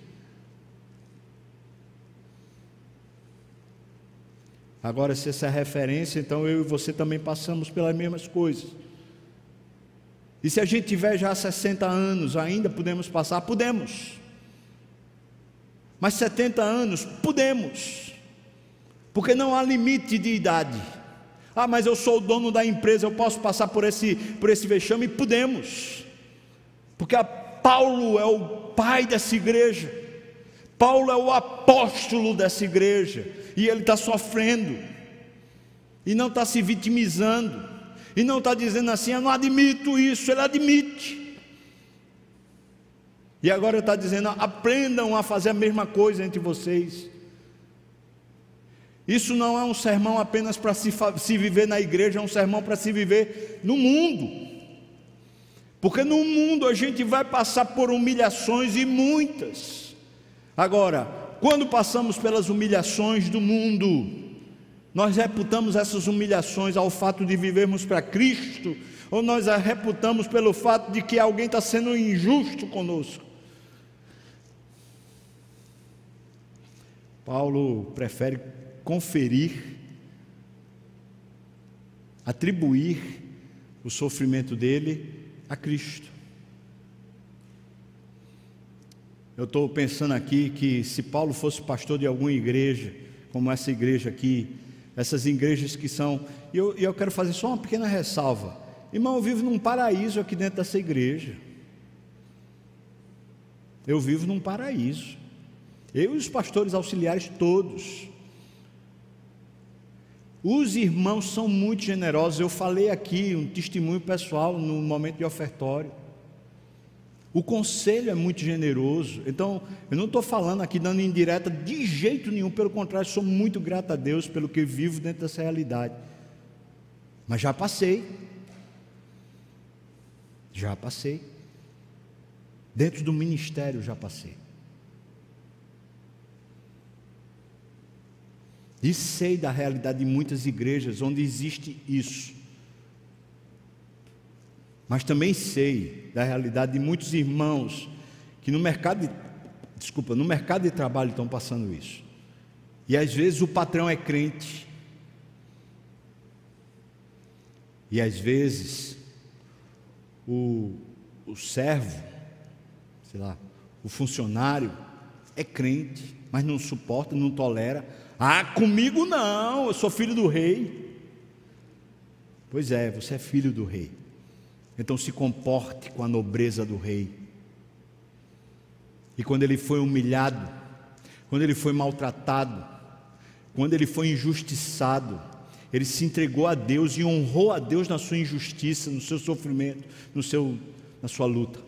Agora, se essa é a referência, então eu e você também passamos pelas mesmas coisas. E se a gente tiver já sessenta anos, ainda podemos passar? Podemos. Mas setenta anos, podemos. Porque não há limite de idade. Ah, mas eu sou o dono da empresa, eu posso passar por esse, por esse vexame? Podemos. Porque a Paulo é o pai dessa igreja. Paulo é o apóstolo dessa igreja. E ele está sofrendo. E não está se vitimizando. E não está dizendo assim: eu não admito isso. Ele admite. E agora está dizendo: aprendam a fazer a mesma coisa entre vocês. Isso não é um sermão apenas para se, se viver na igreja, é um sermão para se viver no mundo. Porque no mundo a gente vai passar por humilhações, e muitas. Agora, quando passamos pelas humilhações do mundo, nós reputamos essas humilhações ao fato de vivermos para Cristo, ou nós a reputamos pelo fato de que alguém está sendo injusto conosco? Paulo prefere conferir, atribuir o sofrimento dele a Cristo. Eu estou pensando aqui que se Paulo fosse pastor de alguma igreja, como essa igreja aqui, essas igrejas que são, e eu, eu quero fazer só uma pequena ressalva. Irmão, eu vivo num paraíso aqui dentro dessa igreja. Eu vivo num paraíso. Eu e os pastores auxiliares todos. Os irmãos são muito generosos. Eu falei aqui um testemunho pessoal no momento de ofertório. O conselho é muito generoso. Então, eu não estou falando aqui dando indireta de jeito nenhum. Pelo contrário, sou muito grato a Deus pelo que vivo dentro dessa realidade. Mas já passei. Já passei. Dentro do ministério já passei. E sei da realidade de muitas igrejas onde existe isso. Mas também sei da realidade de muitos irmãos que no mercado de, desculpa, no mercado de trabalho estão passando isso. E às vezes o patrão é crente. E às vezes o, o servo, sei lá, o funcionário é crente, mas não suporta, não tolera. Ah, comigo não, eu sou filho do rei. Pois é, você é filho do rei. Então se comporte com a nobreza do rei. E quando ele foi humilhado, quando ele foi maltratado, quando ele foi injustiçado, ele se entregou a Deus e honrou a Deus na sua injustiça, no seu sofrimento, no seu, na sua luta.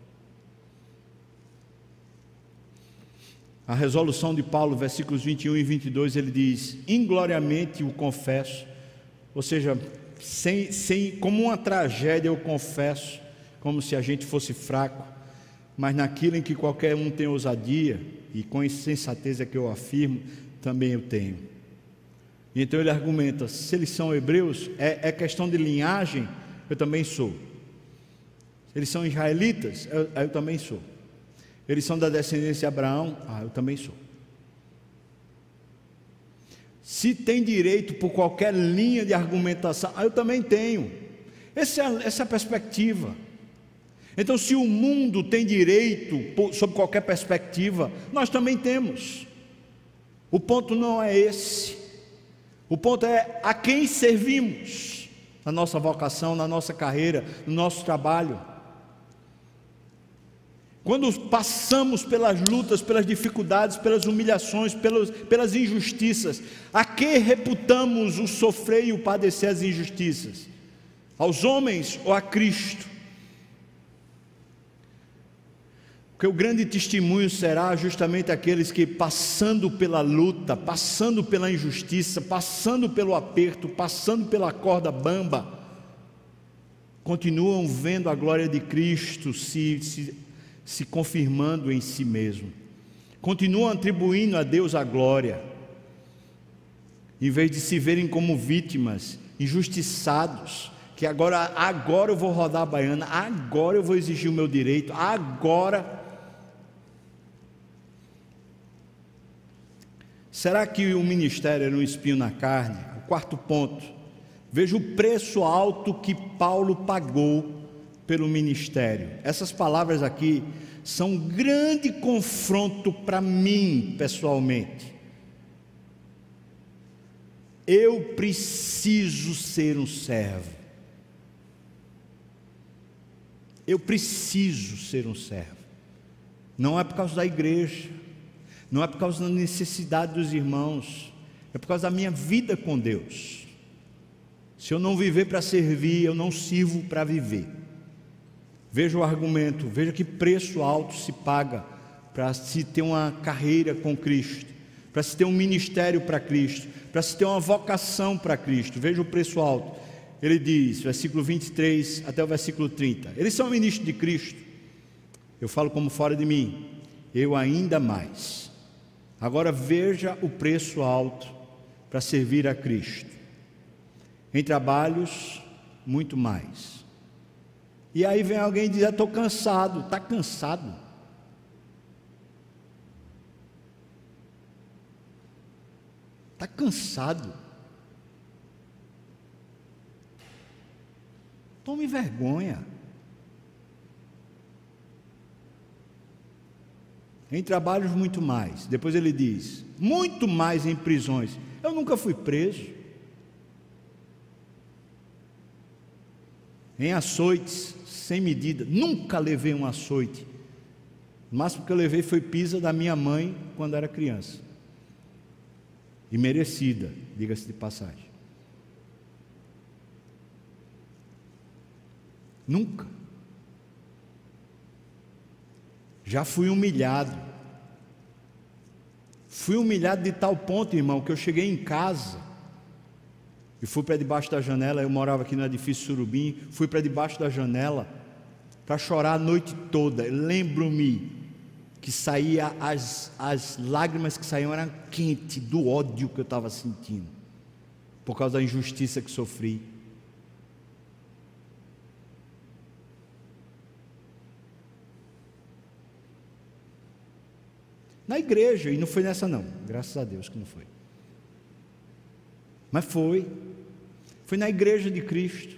A resolução de Paulo, versículos vinte e um e vinte e dois, ele diz: ingloriamente o confesso, ou seja, sem, sem, como uma tragédia eu confesso, como se a gente fosse fraco, mas naquilo em que qualquer um tem ousadia, e com insensatez é que eu afirmo, também eu tenho. Então ele argumenta: se eles são hebreus, é, é questão de linhagem, eu também sou. Se eles são israelitas, eu, eu também sou. Eles são da descendência de Abraão, ah, eu também sou. Se tem direito por qualquer linha de argumentação, ah, eu também tenho. Essa é, essa é a perspectiva. Então, se o mundo tem direito por, sob qualquer perspectiva, nós também temos. O ponto não é esse. O ponto é a quem servimos na nossa vocação, na nossa carreira, no nosso trabalho. Quando passamos pelas lutas, pelas dificuldades, pelas humilhações, pelas, pelas injustiças, a quem reputamos o sofrer e o padecer as injustiças? Aos homens ou a Cristo? Porque o grande testemunho será justamente aqueles que, passando pela luta, passando pela injustiça, passando pelo aperto, passando pela corda bamba, continuam vendo a glória de Cristo se, se, se confirmando em si mesmo, continuam atribuindo a Deus a glória, em vez de se verem como vítimas, injustiçados, que agora, agora eu vou rodar a baiana, agora eu vou exigir o meu direito, agora... Será que o ministério era um espinho na carne? O quarto ponto, veja o preço alto que Paulo pagou pelo ministério. Essas palavras aqui são um grande confronto para mim pessoalmente. Eu preciso ser um servo. Eu preciso ser um servo. Não é por causa da igreja, não é por causa da necessidade dos irmãos, é por causa da minha vida com Deus. Se eu não viver para servir, eu não sirvo para viver. Veja o argumento, veja que preço alto se paga para se ter uma carreira com Cristo, para se ter um ministério para Cristo, para se ter uma vocação para Cristo. Veja o preço alto. Ele diz, versículo vinte e três até o versículo trinta: eles são ministros de Cristo, eu falo como fora de mim, eu ainda mais. Agora veja o preço alto para servir a Cristo. Em trabalhos, muito mais. E aí vem alguém e diz: estou cansado. Está cansado? Está cansado? Tome vergonha. Em trabalhos, muito mais. Depois ele diz: muito mais em prisões. Eu nunca fui preso. Em açoites, sem medida. Nunca levei um açoite. O máximo que eu levei foi pisa da minha mãe quando era criança. E merecida, diga-se de passagem. Nunca. Já fui humilhado. Fui humilhado de tal ponto, irmão, que eu cheguei em casa e fui para debaixo da janela. Eu morava aqui no edifício Surubim. Fui para debaixo da janela para chorar a noite toda. Lembro-me que saía, as, as lágrimas que saíam eram quentes do ódio que eu estava sentindo, por causa da injustiça que sofri. Na igreja, e não foi nessa não, graças a Deus que não foi. Mas foi, foi na igreja de Cristo.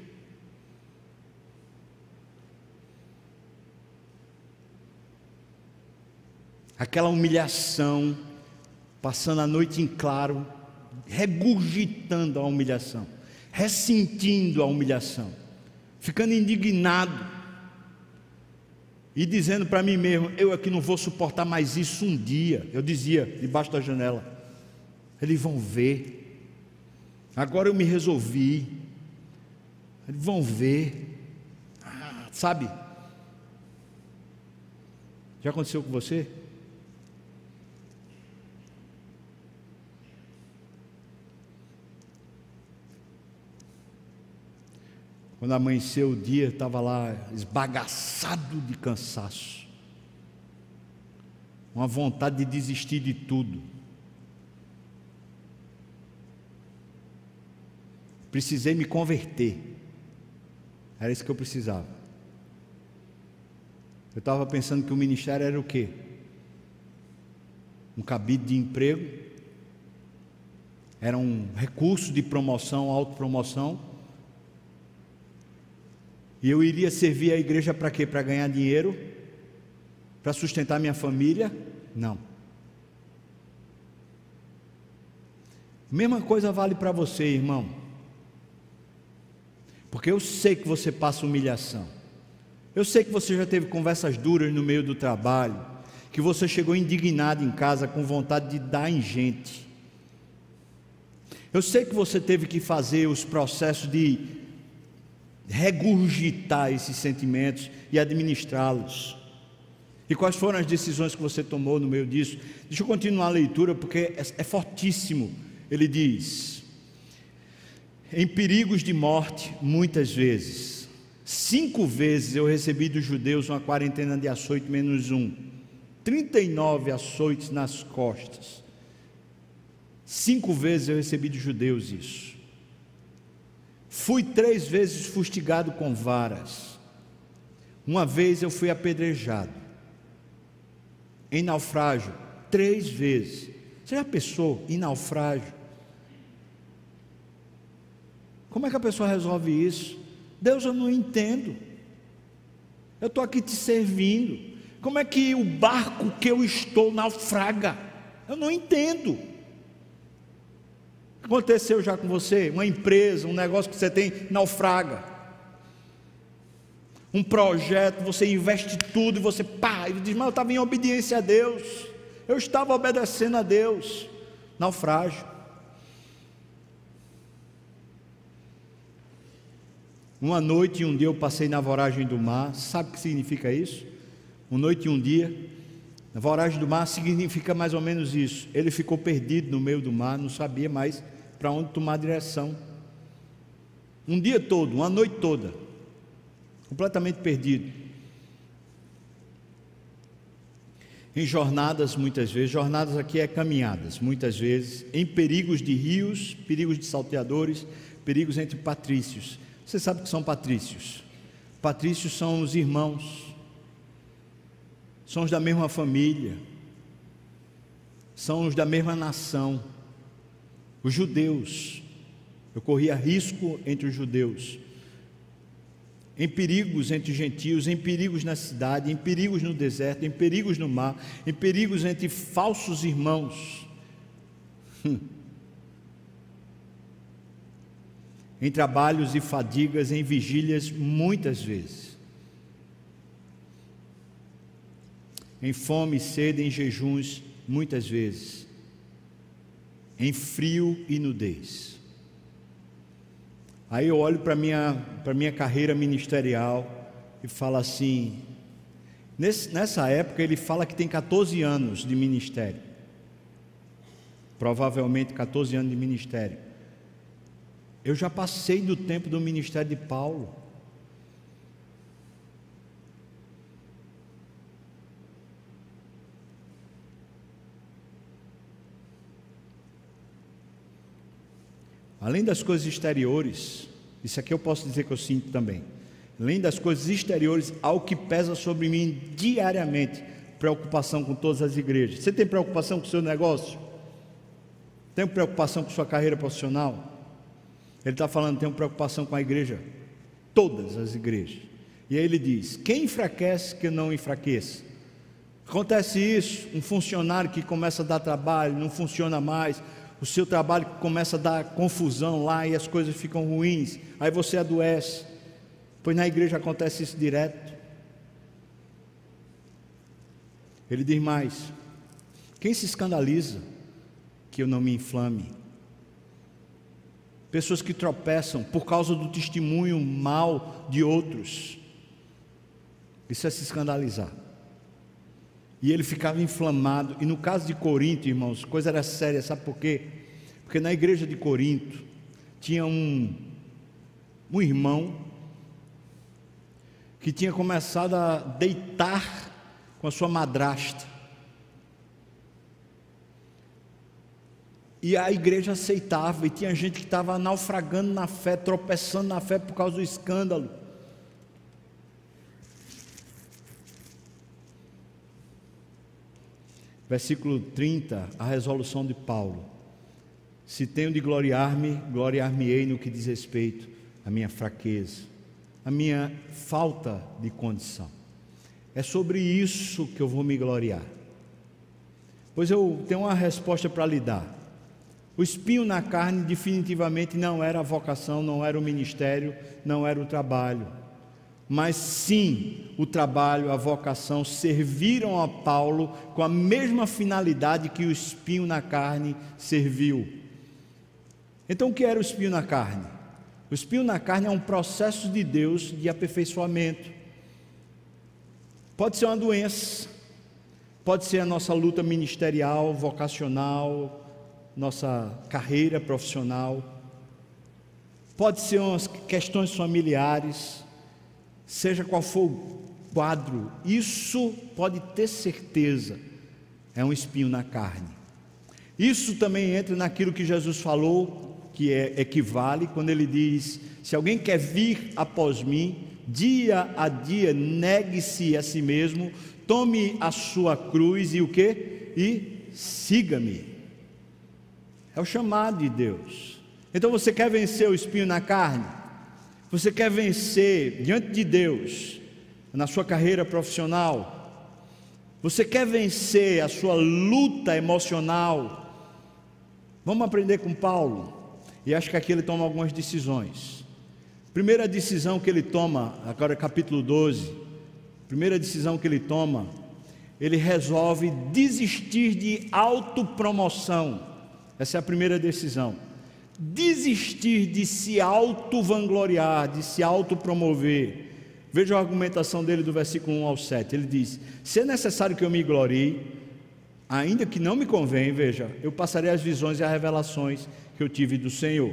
Aquela humilhação, passando a noite em claro, regurgitando a humilhação, ressentindo a humilhação, ficando indignado e dizendo para mim mesmo: eu aqui não vou suportar mais isso um dia. Eu dizia debaixo da janela: eles vão ver, agora eu me resolvi, eles vão ver. Ah, sabe, já aconteceu com você? Quando amanheceu o dia, estava lá esbagaçado de cansaço, uma vontade de desistir de tudo. Precisei me converter, era isso que eu precisava. Eu estava pensando que o ministério era o quê? Um cabide de emprego, era um recurso de promoção, autopromoção. E eu iria servir a igreja para quê? Para ganhar dinheiro? Para sustentar minha família? Não. Mesma coisa vale para você, irmão. Porque eu sei que você passa humilhação. Eu sei que você já teve conversas duras no meio do trabalho, que você chegou indignado em casa com vontade de dar em gente. Eu sei que você teve que fazer os processos de regurgitar esses sentimentos e administrá-los. E quais foram as decisões que você tomou no meio disso? Deixa eu continuar a leitura, porque é, é fortíssimo. Ele diz: em perigos de morte, muitas vezes, cinco vezes eu recebi dos judeus uma quarentena de açoite menos um, trinta e nove açoites nas costas. Cinco vezes eu recebi dos judeus isso. Fui três vezes fustigado com varas. Uma vez eu fui apedrejado. Em naufrágio, três vezes. Você já pensou em naufrágio? Como é que a pessoa resolve isso? Deus, eu não entendo. Eu estou aqui te servindo. Como é que o barco que eu estou naufraga? Eu não entendo. Aconteceu já com você? Uma empresa, um negócio que você tem, naufraga. Um projeto, você investe tudo e você pá, e diz: mas eu estava em obediência a Deus, eu estava obedecendo a Deus. Naufrágio. Uma noite e um dia eu passei na voragem do mar. Sabe o que significa isso? Uma noite e um dia na voragem do mar significa mais ou menos isso. Ele ficou perdido no meio do mar, não sabia mais para onde tomar direção. Um dia todo, uma noite toda, completamente perdido. Em jornadas, muitas vezes, jornadas aqui é caminhadas, muitas vezes, em perigos de rios, perigos de salteadores, perigos entre patrícios. Você sabe o que são patrícios? Patrícios são os irmãos, são os da mesma família, são os da mesma nação. Os judeus, eu corria risco entre os judeus, em perigos entre os gentios, em perigos na cidade, em perigos no deserto, em perigos no mar, em perigos entre falsos irmãos, em trabalhos e fadigas, em vigílias, muitas vezes, em fome e sede, em jejuns, muitas vezes, em frio e nudez. Aí eu olho para a minha, para minha carreira ministerial e falo assim, nesse, nessa época ele fala que tem catorze anos de ministério, provavelmente catorze anos de ministério. Eu já passei do tempo do ministério de Paulo. além das coisas exteriores, isso aqui eu posso dizer que eu sinto também, além das coisas exteriores, algo que pesa sobre mim diariamente, preocupação com todas as igrejas. Você tem preocupação com o seu negócio? Tem preocupação com sua carreira profissional? Ele está falando, tem preocupação com a igreja, todas as igrejas. E aí ele diz, quem enfraquece que não enfraqueça? Acontece isso, um funcionário que começa a dar trabalho, não funciona mais, o seu trabalho começa a dar confusão lá e as coisas ficam ruins, aí você adoece. Pois na igreja acontece isso direto. Ele diz mais, quem se escandaliza que eu não me inflame? Pessoas que tropeçam por causa do testemunho mal de outros, isso é se escandalizar. E ele ficava inflamado. E no caso de Corinto, irmãos, a coisa era séria, sabe por quê? Porque na igreja de Corinto tinha um, um irmão que tinha começado a deitar com a sua madrasta, e a igreja aceitava, e tinha gente que estava naufragando na fé, tropeçando na fé por causa do escândalo. Versículo trinta, a resolução de Paulo: se tenho de gloriar-me, gloriar-me-ei no que diz respeito à minha fraqueza, à minha falta de condição. É sobre isso que eu vou me gloriar. Pois eu tenho uma resposta para lhe dar. O espinho na carne definitivamente não era a vocação, não era o ministério, não era o trabalho. Mas sim, o trabalho, a vocação serviram a Paulo com a mesma finalidade que o espinho na carne serviu. Então o que era o espinho na carne? O espinho na carne é um processo de Deus de aperfeiçoamento. Pode ser uma doença, pode ser a nossa luta ministerial, vocacional, nossa carreira profissional, pode ser umas questões familiares, seja qual for o quadro, isso pode ter certeza, é um espinho na carne. Isso também entra naquilo que Jesus falou, que é, equivale, quando ele diz, se alguém quer vir após mim, dia a dia negue-se a si mesmo, tome a sua cruz e o quê? E siga-me. É o chamado de Deus. Então você quer vencer o espinho na carne? Você quer vencer diante de Deus, na sua carreira profissional? Você quer vencer a sua luta emocional? Vamos aprender com Paulo. E acho que aqui ele toma algumas decisões. Primeira decisão que ele toma, agora capítulo doze, primeira decisão que ele toma, ele resolve desistir de autopromoção. Essa é a primeira decisão. Desistir de se auto-vangloriar, de se auto-promover. Veja a argumentação dele do versículo um ao sete. Ele diz, se é necessário que eu me glorie, ainda que não me convém, veja, eu passarei as visões e as revelações que eu tive do Senhor.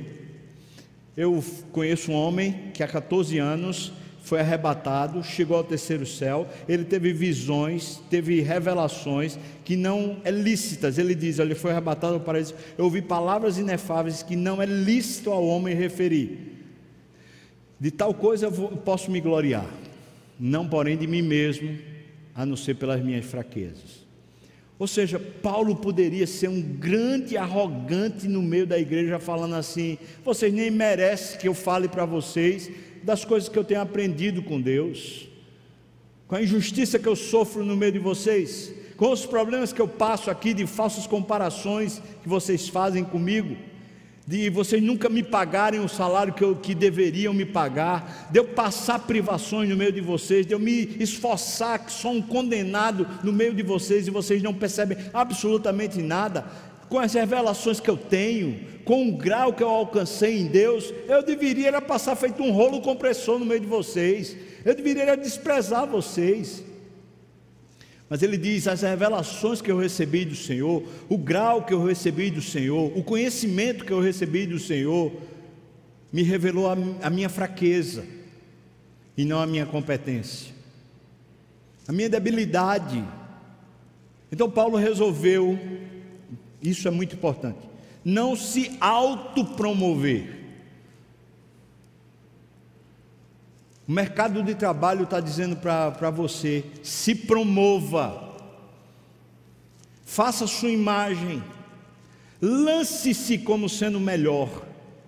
Eu conheço um homem que há catorze anos foi arrebatado, chegou ao terceiro céu, ele teve visões, teve revelações que não é lícitas. Ele diz, ele foi arrebatado para isso, eu ouvi palavras inefáveis que não é lícito ao homem referir. De tal coisa eu vou, posso me gloriar, não porém de mim mesmo, a não ser pelas minhas fraquezas. Ou seja, Paulo poderia ser um grande arrogante no meio da igreja, falando assim, vocês nem merecem que eu fale para vocês das coisas que eu tenho aprendido com Deus, com a injustiça que eu sofro no meio de vocês, com os problemas que eu passo aqui de falsas comparações que vocês fazem comigo, de vocês nunca me pagarem o salário que, eu, que deveriam me pagar, de eu passar privações no meio de vocês, de eu me esforçar que sou um condenado no meio de vocês e vocês não percebem absolutamente nada. Com as revelações que eu tenho, com o grau que eu alcancei em Deus, eu deveria era passar feito um rolo compressor no meio de vocês, eu deveria era desprezar vocês. Mas ele diz, as revelações que eu recebi do Senhor, o grau que eu recebi do Senhor, o conhecimento que eu recebi do Senhor, me revelou a, a minha fraqueza, e não a minha competência, a minha debilidade. Então Paulo resolveu, isso é muito importante, não se autopromover. O mercado de trabalho está dizendo para você: se promova, faça sua imagem, lance-se como sendo melhor.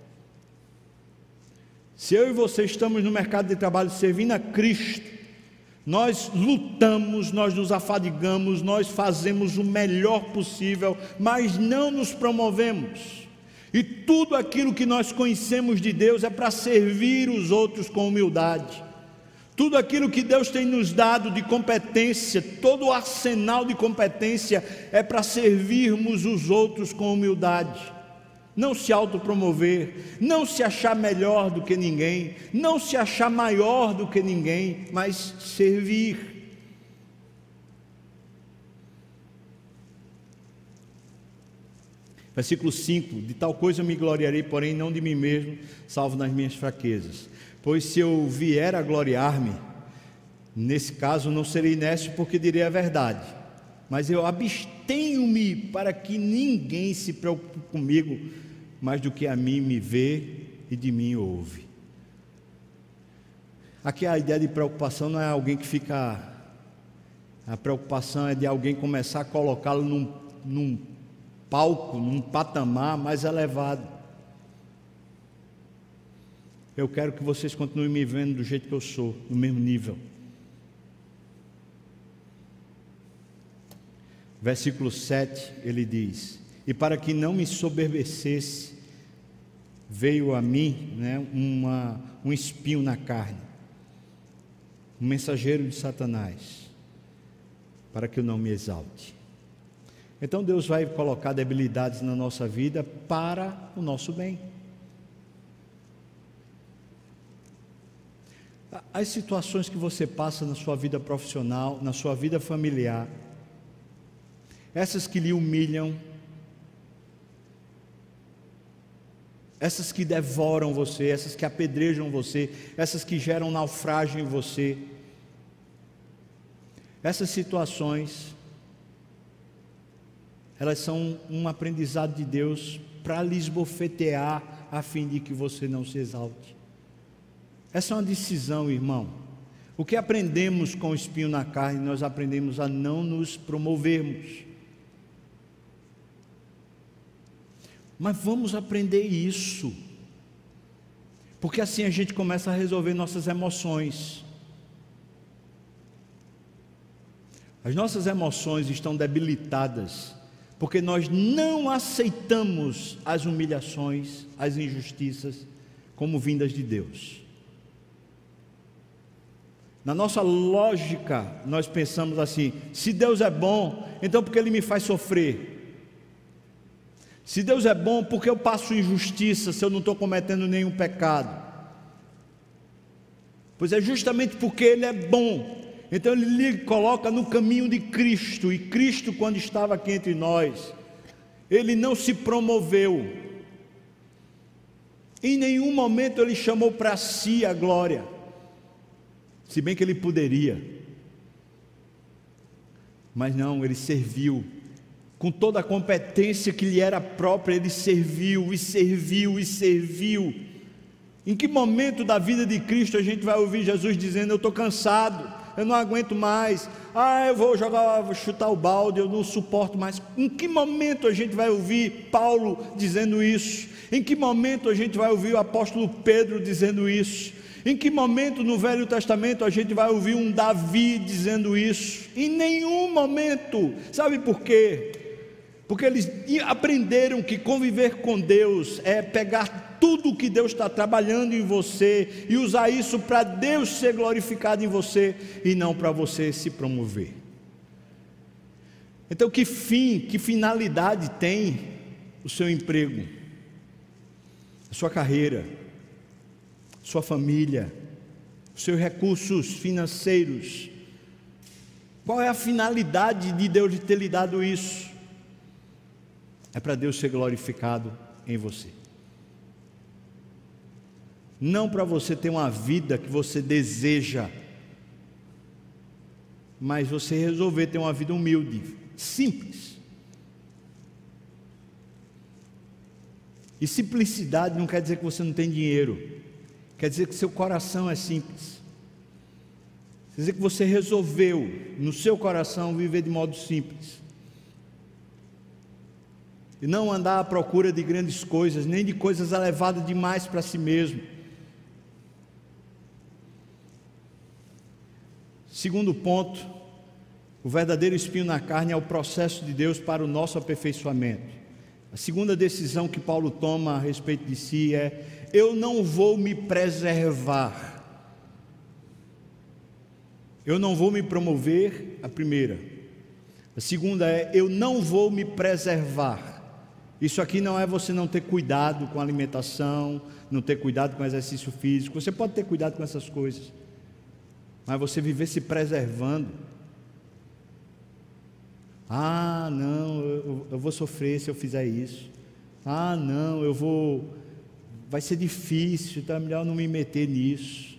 Se eu e você estamos no mercado de trabalho servindo a Cristo, nós lutamos, nós nos afadigamos, nós fazemos o melhor possível, mas não nos promovemos. E tudo aquilo que nós conhecemos de Deus é para servir os outros com humildade. Tudo aquilo que Deus tem nos dado de competência, todo o arsenal de competência é para servirmos os outros com humildade. Não se autopromover, não se achar melhor do que ninguém, não se achar maior do que ninguém, mas servir. Versículo cinco: de tal coisa eu me gloriarei, porém não de mim mesmo, salvo nas minhas fraquezas. Pois se eu vier a gloriar-me, nesse caso não serei nécio, porque direi a verdade, mas eu abstenho-me para que ninguém se preocupe comigo, mais do que a mim me vê e de mim ouve. Aqui a ideia de preocupação não é alguém que fica, a preocupação é de alguém começar a colocá-lo num, num palco, num patamar mais elevado. Eu quero que vocês continuem me vendo do jeito que eu sou, no mesmo nível. Versículo sete, ele diz: e para que não me soberbecesse, veio a mim, né, uma, um espinho na carne, um mensageiro de Satanás, para que eu não me exalte. Então Deus vai colocar debilidades na nossa vida para o nosso bem. As situações que você passa na sua vida profissional, na sua vida familiar, essas que lhe humilham, essas que devoram você, essas que apedrejam você, essas que geram naufrágio em você, essas situações, elas são um aprendizado de Deus para lhe esbofetear, a fim de que você não se exalte. Essa é uma decisão, irmão. O que aprendemos com o espinho na carne, nós aprendemos a não nos promovermos. Mas vamos aprender isso, porque assim a gente começa a resolver nossas emoções. As nossas emoções estão debilitadas, porque nós não aceitamos as humilhações, as injustiças, como vindas de Deus. Na nossa lógica, nós pensamos assim: se Deus é bom, então por que Ele me faz sofrer? Se Deus é bom, por que eu passo injustiça se eu não estou cometendo nenhum pecado? Pois é justamente porque Ele é bom. Então Ele lhe coloca no caminho de Cristo. E Cristo, quando estava aqui entre nós, Ele não se promoveu. Em nenhum momento Ele chamou para si a glória, se bem que Ele poderia. Mas não, Ele serviu. Com toda a competência que lhe era própria, Ele serviu e serviu e serviu. Em que momento da vida de Cristo a gente vai ouvir Jesus dizendo: eu estou cansado, eu não aguento mais, ah, eu vou jogar, vou chutar o balde, eu não suporto mais? Em que momento a gente vai ouvir Paulo dizendo isso? Em que momento a gente vai ouvir o apóstolo Pedro dizendo isso? Em que momento no Velho Testamento a gente vai ouvir um Davi dizendo isso? Em nenhum momento. Sabe por quê? Porque eles aprenderam que conviver com Deus é pegar tudo que Deus está trabalhando em você e usar isso para Deus ser glorificado em você e não para você se promover. Então, que fim, que finalidade tem o seu emprego, a sua carreira, a sua família, os seus recursos financeiros? Qual é a finalidade de Deus ter lhe dado isso? É para Deus ser glorificado em você. Não para você ter uma vida que você deseja, mas você resolver ter uma vida humilde, simples. E simplicidade não quer dizer que você não tem dinheiro, quer dizer que seu coração é simples. Quer dizer que você resolveu no seu coração viver de modo simples e não andar à procura de grandes coisas, nem de coisas elevadas demais para si mesmo. Segundo ponto, o verdadeiro espinho na carne é o processo de Deus para o nosso aperfeiçoamento. A segunda decisão que Paulo toma a respeito de si é: eu não vou me preservar, eu não vou me promover. A primeira. A segunda é: eu não vou me preservar. Isso aqui não é você não ter cuidado com a alimentação, não ter cuidado com o exercício físico. Você pode ter cuidado com essas coisas, mas você viver se preservando. Ah, não, eu, eu vou sofrer se eu fizer isso. Ah, não, eu vou, vai ser difícil, então é melhor não me meter nisso.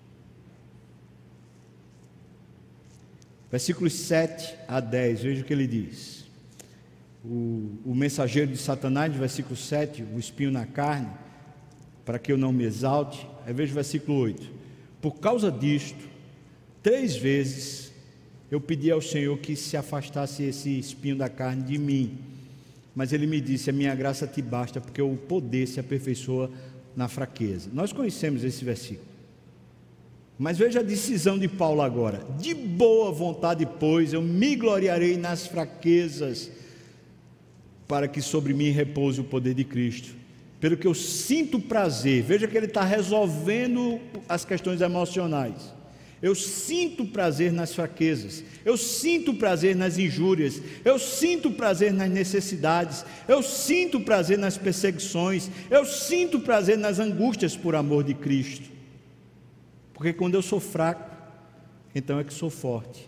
Versículos sete a dez, veja o que ele diz. O, o mensageiro de Satanás, versículo sete, o espinho na carne, para que eu não me exalte. Aí veja o versículo oito. Por causa disto, três vezes eu pedi ao Senhor que se afastasse esse espinho da carne de mim, mas Ele me disse: a minha graça te basta, porque o poder se aperfeiçoa na fraqueza. Nós conhecemos esse versículo, mas veja a decisão de Paulo agora: de boa vontade, pois, eu me gloriarei nas fraquezas, para que sobre mim repouse o poder de Cristo. Pelo que eu sinto prazer, veja que ele está resolvendo as questões emocionais. Eu sinto prazer nas fraquezas, eu sinto prazer nas injúrias, eu sinto prazer nas necessidades, eu sinto prazer nas perseguições, eu sinto prazer nas angústias por amor de Cristo. Porque quando eu sou fraco, então é que sou forte.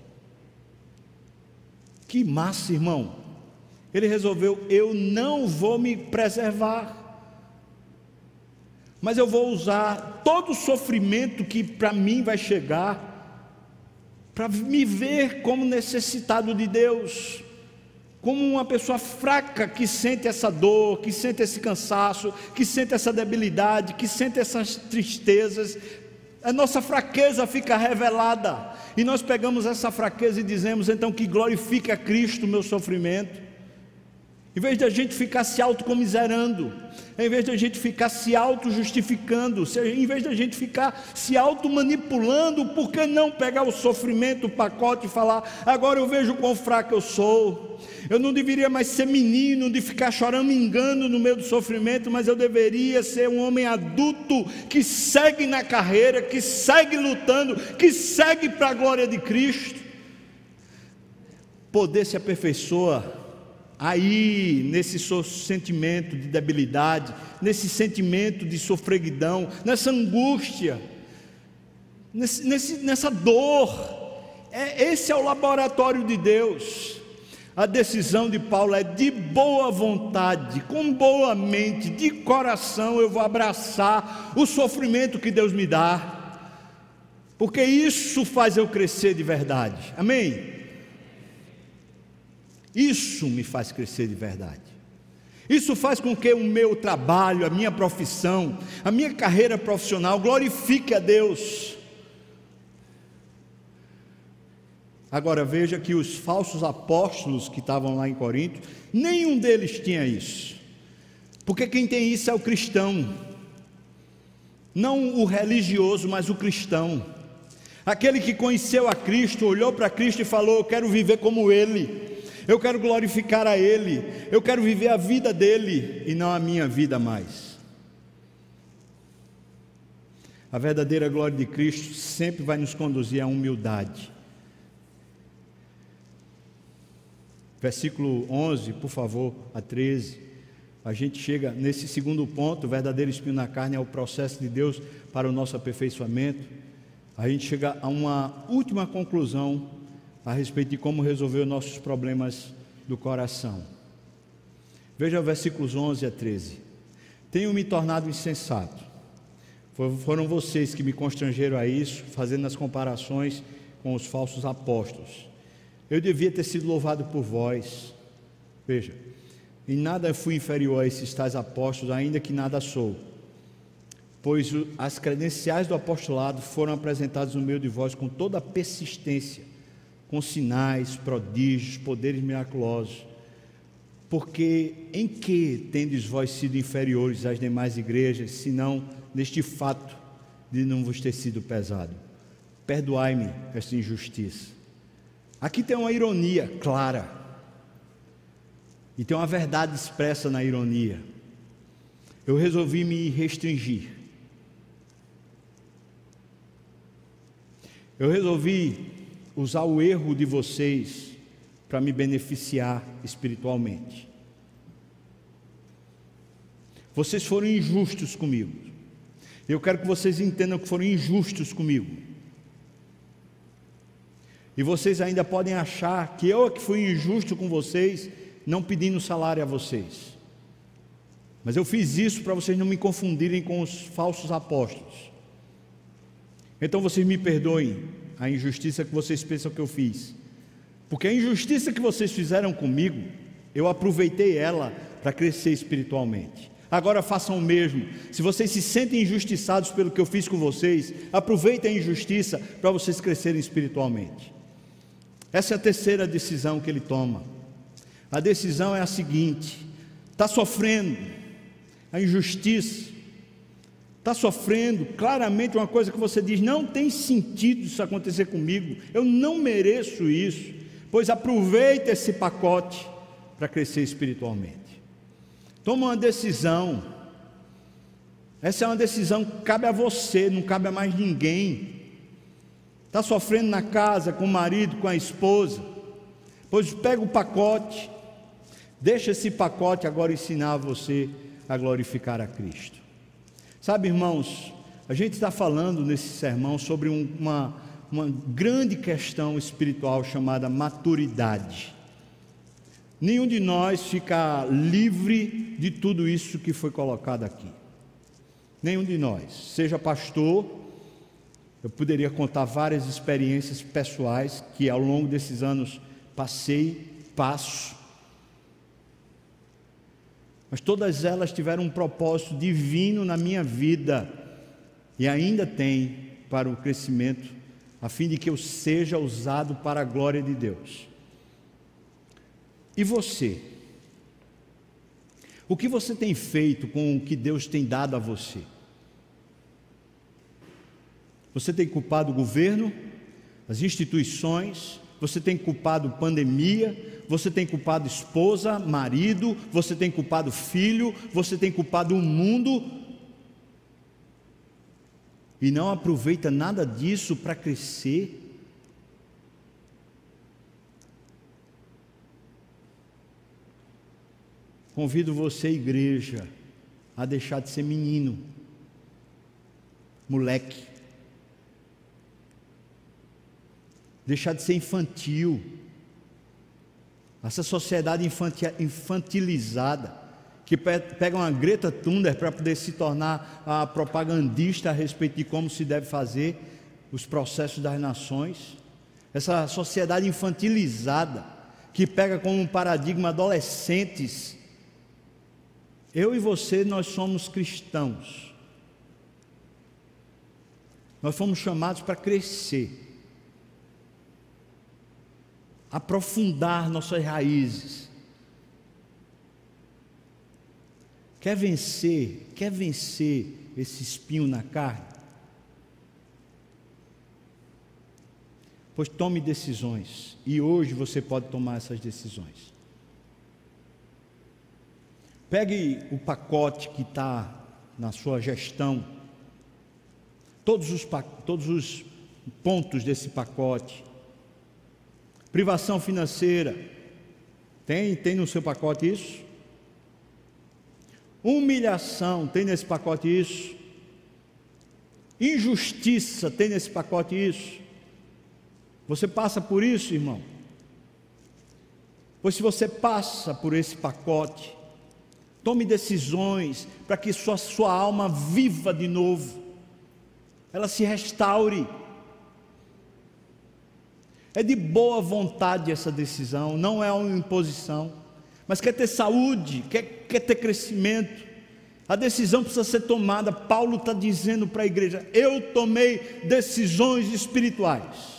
Que massa, irmão! Ele resolveu: eu não vou me preservar, mas eu vou usar todo o sofrimento que para mim vai chegar, para me ver como necessitado de Deus, como uma pessoa fraca que sente essa dor, que sente esse cansaço, que sente essa debilidade, que sente essas tristezas. A nossa fraqueza fica revelada, e nós pegamos essa fraqueza e dizemos então que glorifique a Cristo o meu sofrimento. Em vez de a gente ficar se autocomiserando, em vez de a gente ficar se auto-justificando, em vez de a gente ficar se auto-manipulando, por que não pegar o sofrimento, o pacote e falar: agora eu vejo quão fraco eu sou, eu não deveria mais ser menino de ficar chorando engano no meio do sofrimento, mas eu deveria ser um homem adulto que segue na carreira, que segue lutando, que segue para a glória de Cristo. Poder se aperfeiçoa aí, nesse sentimento de debilidade, nesse sentimento de sofreguidão, nessa angústia, nesse, nesse, nessa dor. É, esse é o laboratório de Deus. A decisão de Paulo é: de boa vontade, com boa mente, de coração, eu vou abraçar o sofrimento que Deus me dá, porque isso faz eu crescer de verdade. Amém? Isso me faz crescer de verdade. Isso faz com que o meu trabalho, a minha profissão, a minha carreira profissional glorifique a Deus. Agora veja que os falsos apóstolos que estavam lá em Corinto, nenhum deles tinha isso, porque quem tem isso é o cristão, não o religioso, mas o cristão, aquele que conheceu a Cristo, olhou para Cristo e falou: eu quero viver como Ele, eu quero glorificar a Ele, eu quero viver a vida dEle e não a minha vida mais. A verdadeira glória de Cristo sempre vai nos conduzir à humildade. Versículo onze, por favor, a treze. A gente chega nesse segundo ponto: o verdadeiro espinho na carne é o processo de Deus para o nosso aperfeiçoamento. A gente chega a uma última conclusão a respeito de como resolver os nossos problemas do coração. Veja versículos onze a treze. Tenho me tornado insensato. Foram vocês que me constrangeram a isso, fazendo as comparações com os falsos apóstolos. Eu devia ter sido louvado por vós. Veja, Em nada fui inferior a esses tais apóstolos, ainda que nada sou, pois as credenciais do apostolado foram apresentadas no meio de vós com toda a persistência, com sinais, prodígios, poderes miraculosos. Porque em que tendes vós sido inferiores às demais igrejas, senão neste fato de não vos ter sido pesado? Perdoai-me esta injustiça. Aqui tem uma ironia clara, e tem uma verdade expressa na ironia. Eu resolvi me restringir. Eu resolvi usar o erro de vocês para me beneficiar espiritualmente. Vocês foram injustos comigo. Eu quero que vocês entendam que foram injustos comigo. E vocês ainda podem achar que eu é que fui injusto com vocês, não pedindo salário a vocês. Mas eu fiz isso para vocês não me confundirem com os falsos apóstolos. Então vocês me perdoem a injustiça que vocês pensam que eu fiz, porque a injustiça que vocês fizeram comigo, eu aproveitei ela para crescer espiritualmente. Agora façam o mesmo. Se vocês se sentem injustiçados pelo que eu fiz com vocês, aproveitem a injustiça para vocês crescerem espiritualmente. Essa é a terceira decisão que ele toma. A decisão é a seguinte: está sofrendo a injustiça, está sofrendo claramente uma coisa que você diz, não tem sentido isso acontecer comigo, eu não mereço isso, pois aproveita esse pacote para crescer espiritualmente. Toma uma decisão. Essa é uma decisão que cabe a você, não cabe a mais ninguém. Está sofrendo na casa, com o marido, com a esposa, pois pega o pacote, deixa esse pacote agora ensinar você a glorificar a Cristo. Sabe, irmãos, a gente está falando nesse sermão sobre um, uma, uma grande questão espiritual chamada maturidade. Nenhum de nós fica livre de tudo isso que foi colocado aqui. Nenhum de nós. Seja pastor, eu poderia contar várias experiências pessoais que ao longo desses anos passei, passo, mas todas elas tiveram um propósito divino na minha vida, e ainda tem, para o crescimento, a fim de que eu seja usado para a glória de Deus. E você? O que você tem feito com o que Deus tem dado a você? Você tem culpado o governo, as instituições, você tem culpado pandemia, você tem culpado esposa, marido, você tem culpado filho, você tem culpado o mundo, e não aproveita nada disso para crescer? Convido você, igreja, a deixar de ser menino, moleque, deixar de ser infantil. Essa sociedade infantilizada, que pega uma Greta Thunberg para poder se tornar a propagandista a respeito de como se deve fazer os processos das nações. Essa sociedade infantilizada, que pega como um paradigma adolescentes. Eu e você, nós somos cristãos. Nós fomos chamados para crescer, aprofundar nossas raízes. Quer vencer, quer vencer esse espinho na carne? Pois tome decisões, e hoje você pode tomar essas decisões. Pegue o pacote que está na sua gestão, todos os, todos os pontos desse pacote. Privação financeira, tem, tem no seu pacote isso? Humilhação, tem nesse pacote isso? Injustiça, tem nesse pacote isso? Você passa por isso, irmão? Pois se você passa por esse pacote, tome decisões para que sua, sua alma viva de novo, ela se restaure. É de boa vontade essa decisão, não é uma imposição. mas quer ter saúde, quer, quer ter crescimento. A decisão precisa ser tomada. Paulo está dizendo para a igreja: eu tomei decisões espirituais.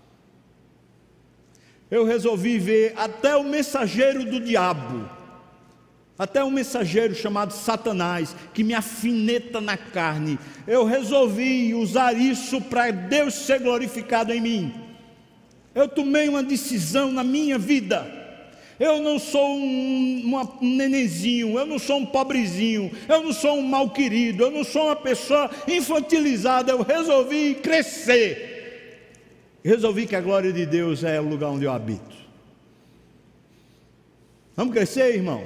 Eu resolvi ver até o mensageiro do diabo, até um mensageiro chamado Satanás, que me afineta na carne. Eu resolvi usar isso para Deus ser glorificado em mim. Eu tomei uma decisão na minha vida. Eu não sou um, uma, um nenenzinho, eu não sou um pobrezinho, eu não sou um mal querido, eu não sou uma pessoa infantilizada. Eu resolvi crescer. Resolvi que a glória de Deus é o lugar onde eu habito. Vamos crescer, irmão?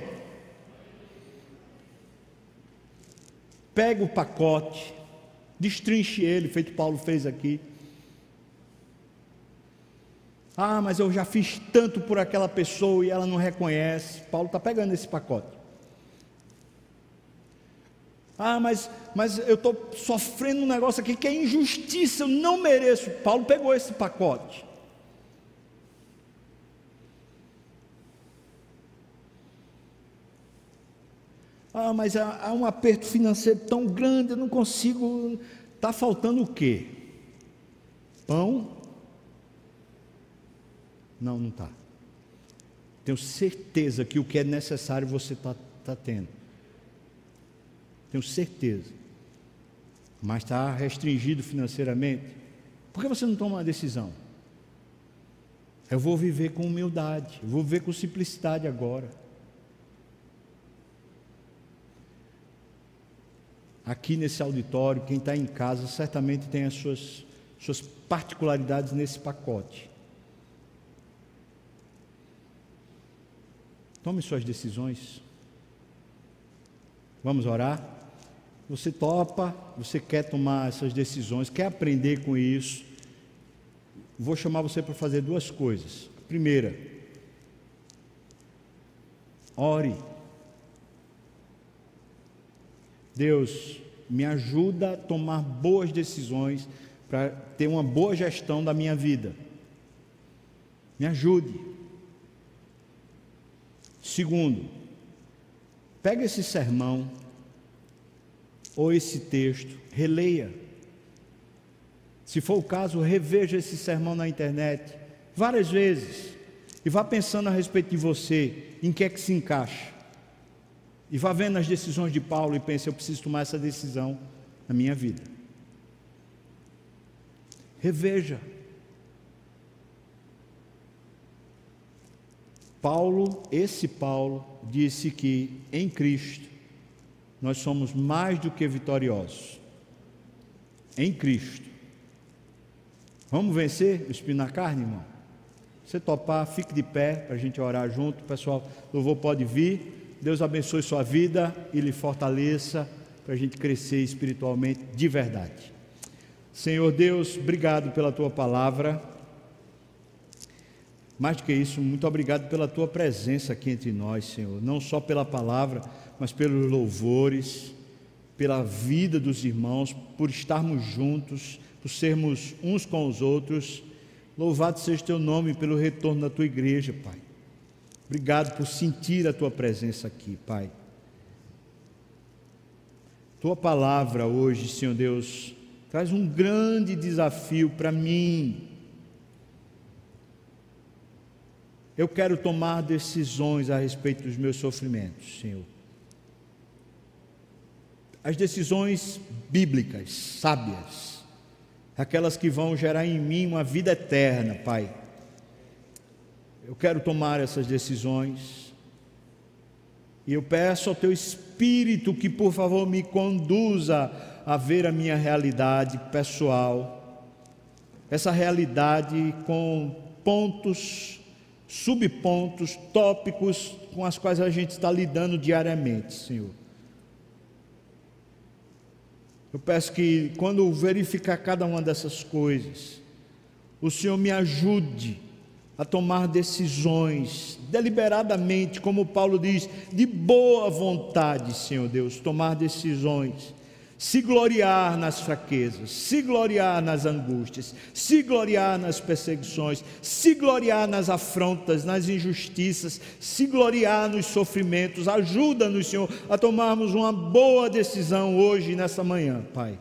Pega o pacote, destrinche ele, feito Paulo fez aqui. Ah, mas eu já fiz tanto por aquela pessoa e ela não reconhece. Paulo está pegando esse pacote. Ah, mas, mas eu estou sofrendo um negócio aqui que é injustiça, eu não mereço. Paulo pegou esse pacote. Ah, mas há, há um aperto financeiro tão grande, eu não consigo. Está faltando o quê? Pão? Não, não está. Tenho certeza que o que é necessário você está tá tendo. Tenho certeza. Mas está restringido financeiramente. Por que você não toma uma decisão? Eu vou viver com humildade, eu vou viver com simplicidade agora. Aqui nesse auditório, quem está em casa certamente tem as suas, suas particularidades nesse pacote. Tome suas decisões. Vamos orar? Você topa, você quer tomar essas decisões, quer aprender com isso. Vou chamar você para fazer duas coisas. Primeira, ore. Deus, me ajuda a tomar boas decisões para ter uma boa gestão da minha vida. Me ajude. Segundo, pega esse sermão ou esse texto, releia. Se for o caso, reveja esse sermão na internet várias vezes e vá pensando a respeito de você, em que é que se encaixa. E vá vendo as decisões de Paulo e pense: eu preciso tomar essa decisão na minha vida. Reveja. Paulo, esse Paulo, disse que em Cristo nós somos mais do que vitoriosos. Em Cristo. Vamos vencer o espinho na carne, irmão? Se topar, fique de pé para a gente orar junto. Pessoal, o louvor pode vir. Deus abençoe sua vida e lhe fortaleça para a gente crescer espiritualmente de verdade. Senhor Deus, obrigado pela tua palavra. Mais do que isso, muito obrigado pela tua presença aqui entre nós, Senhor. Não só pela palavra, mas pelos louvores, pela vida dos irmãos, por estarmos juntos, por sermos uns com os outros. Louvado seja o teu nome pelo retorno da tua igreja, Pai. Obrigado por sentir a tua presença aqui, Pai. Tua palavra hoje, Senhor Deus, traz um grande desafio para mim. Eu quero tomar decisões a respeito dos meus sofrimentos, Senhor. As decisões bíblicas, sábias, aquelas que vão gerar em mim uma vida eterna, Pai. Eu quero tomar essas decisões e eu peço ao Teu Espírito que, por favor, me conduza a ver a minha realidade pessoal, essa realidade com pontos, subpontos, tópicos com as quais a gente está lidando diariamente, Senhor. Eu peço que, quando verificar cada uma dessas coisas, o Senhor me ajude a tomar decisões deliberadamente, como Paulo diz, de boa vontade, Senhor Deus, tomar decisões se gloriar nas fraquezas, se gloriar nas angústias, se gloriar nas perseguições, se gloriar nas afrontas, nas injustiças, se gloriar nos sofrimentos. Ajuda-nos, Senhor, a tomarmos uma boa decisão hoje, nessa manhã, Pai.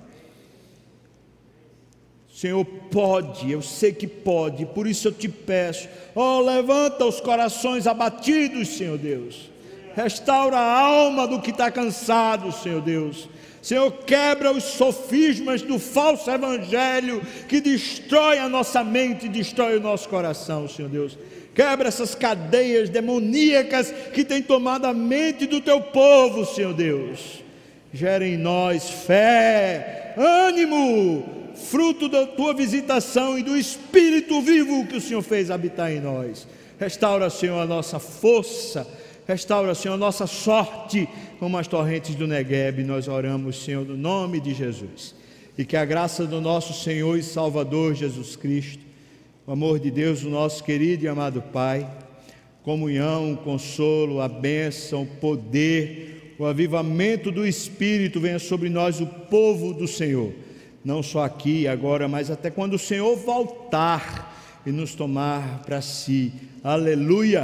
Senhor, pode, eu sei que pode, por isso eu te peço, ó, levanta os corações abatidos, Senhor Deus, restaura a alma do que está cansado, Senhor Deus. Senhor, quebra os sofismas do falso evangelho que destrói a nossa mente, destrói o nosso coração, Senhor Deus. Quebra essas cadeias demoníacas que têm tomado a mente do teu povo, Senhor Deus. Gera em nós fé, ânimo, fruto da tua visitação e do Espírito vivo que o Senhor fez habitar em nós. Restaura, Senhor, a nossa força, restaura, Senhor, a nossa sorte, como as torrentes do Neguebe. Nós oramos, Senhor, no nome de Jesus, e que a graça do nosso Senhor e Salvador Jesus Cristo, o amor de Deus, o nosso querido e amado Pai, comunhão, o consolo, a bênção, o poder, o avivamento do Espírito venha sobre nós, o povo do Senhor, não só aqui e agora, mas até quando o Senhor voltar e nos tomar para si. Aleluia!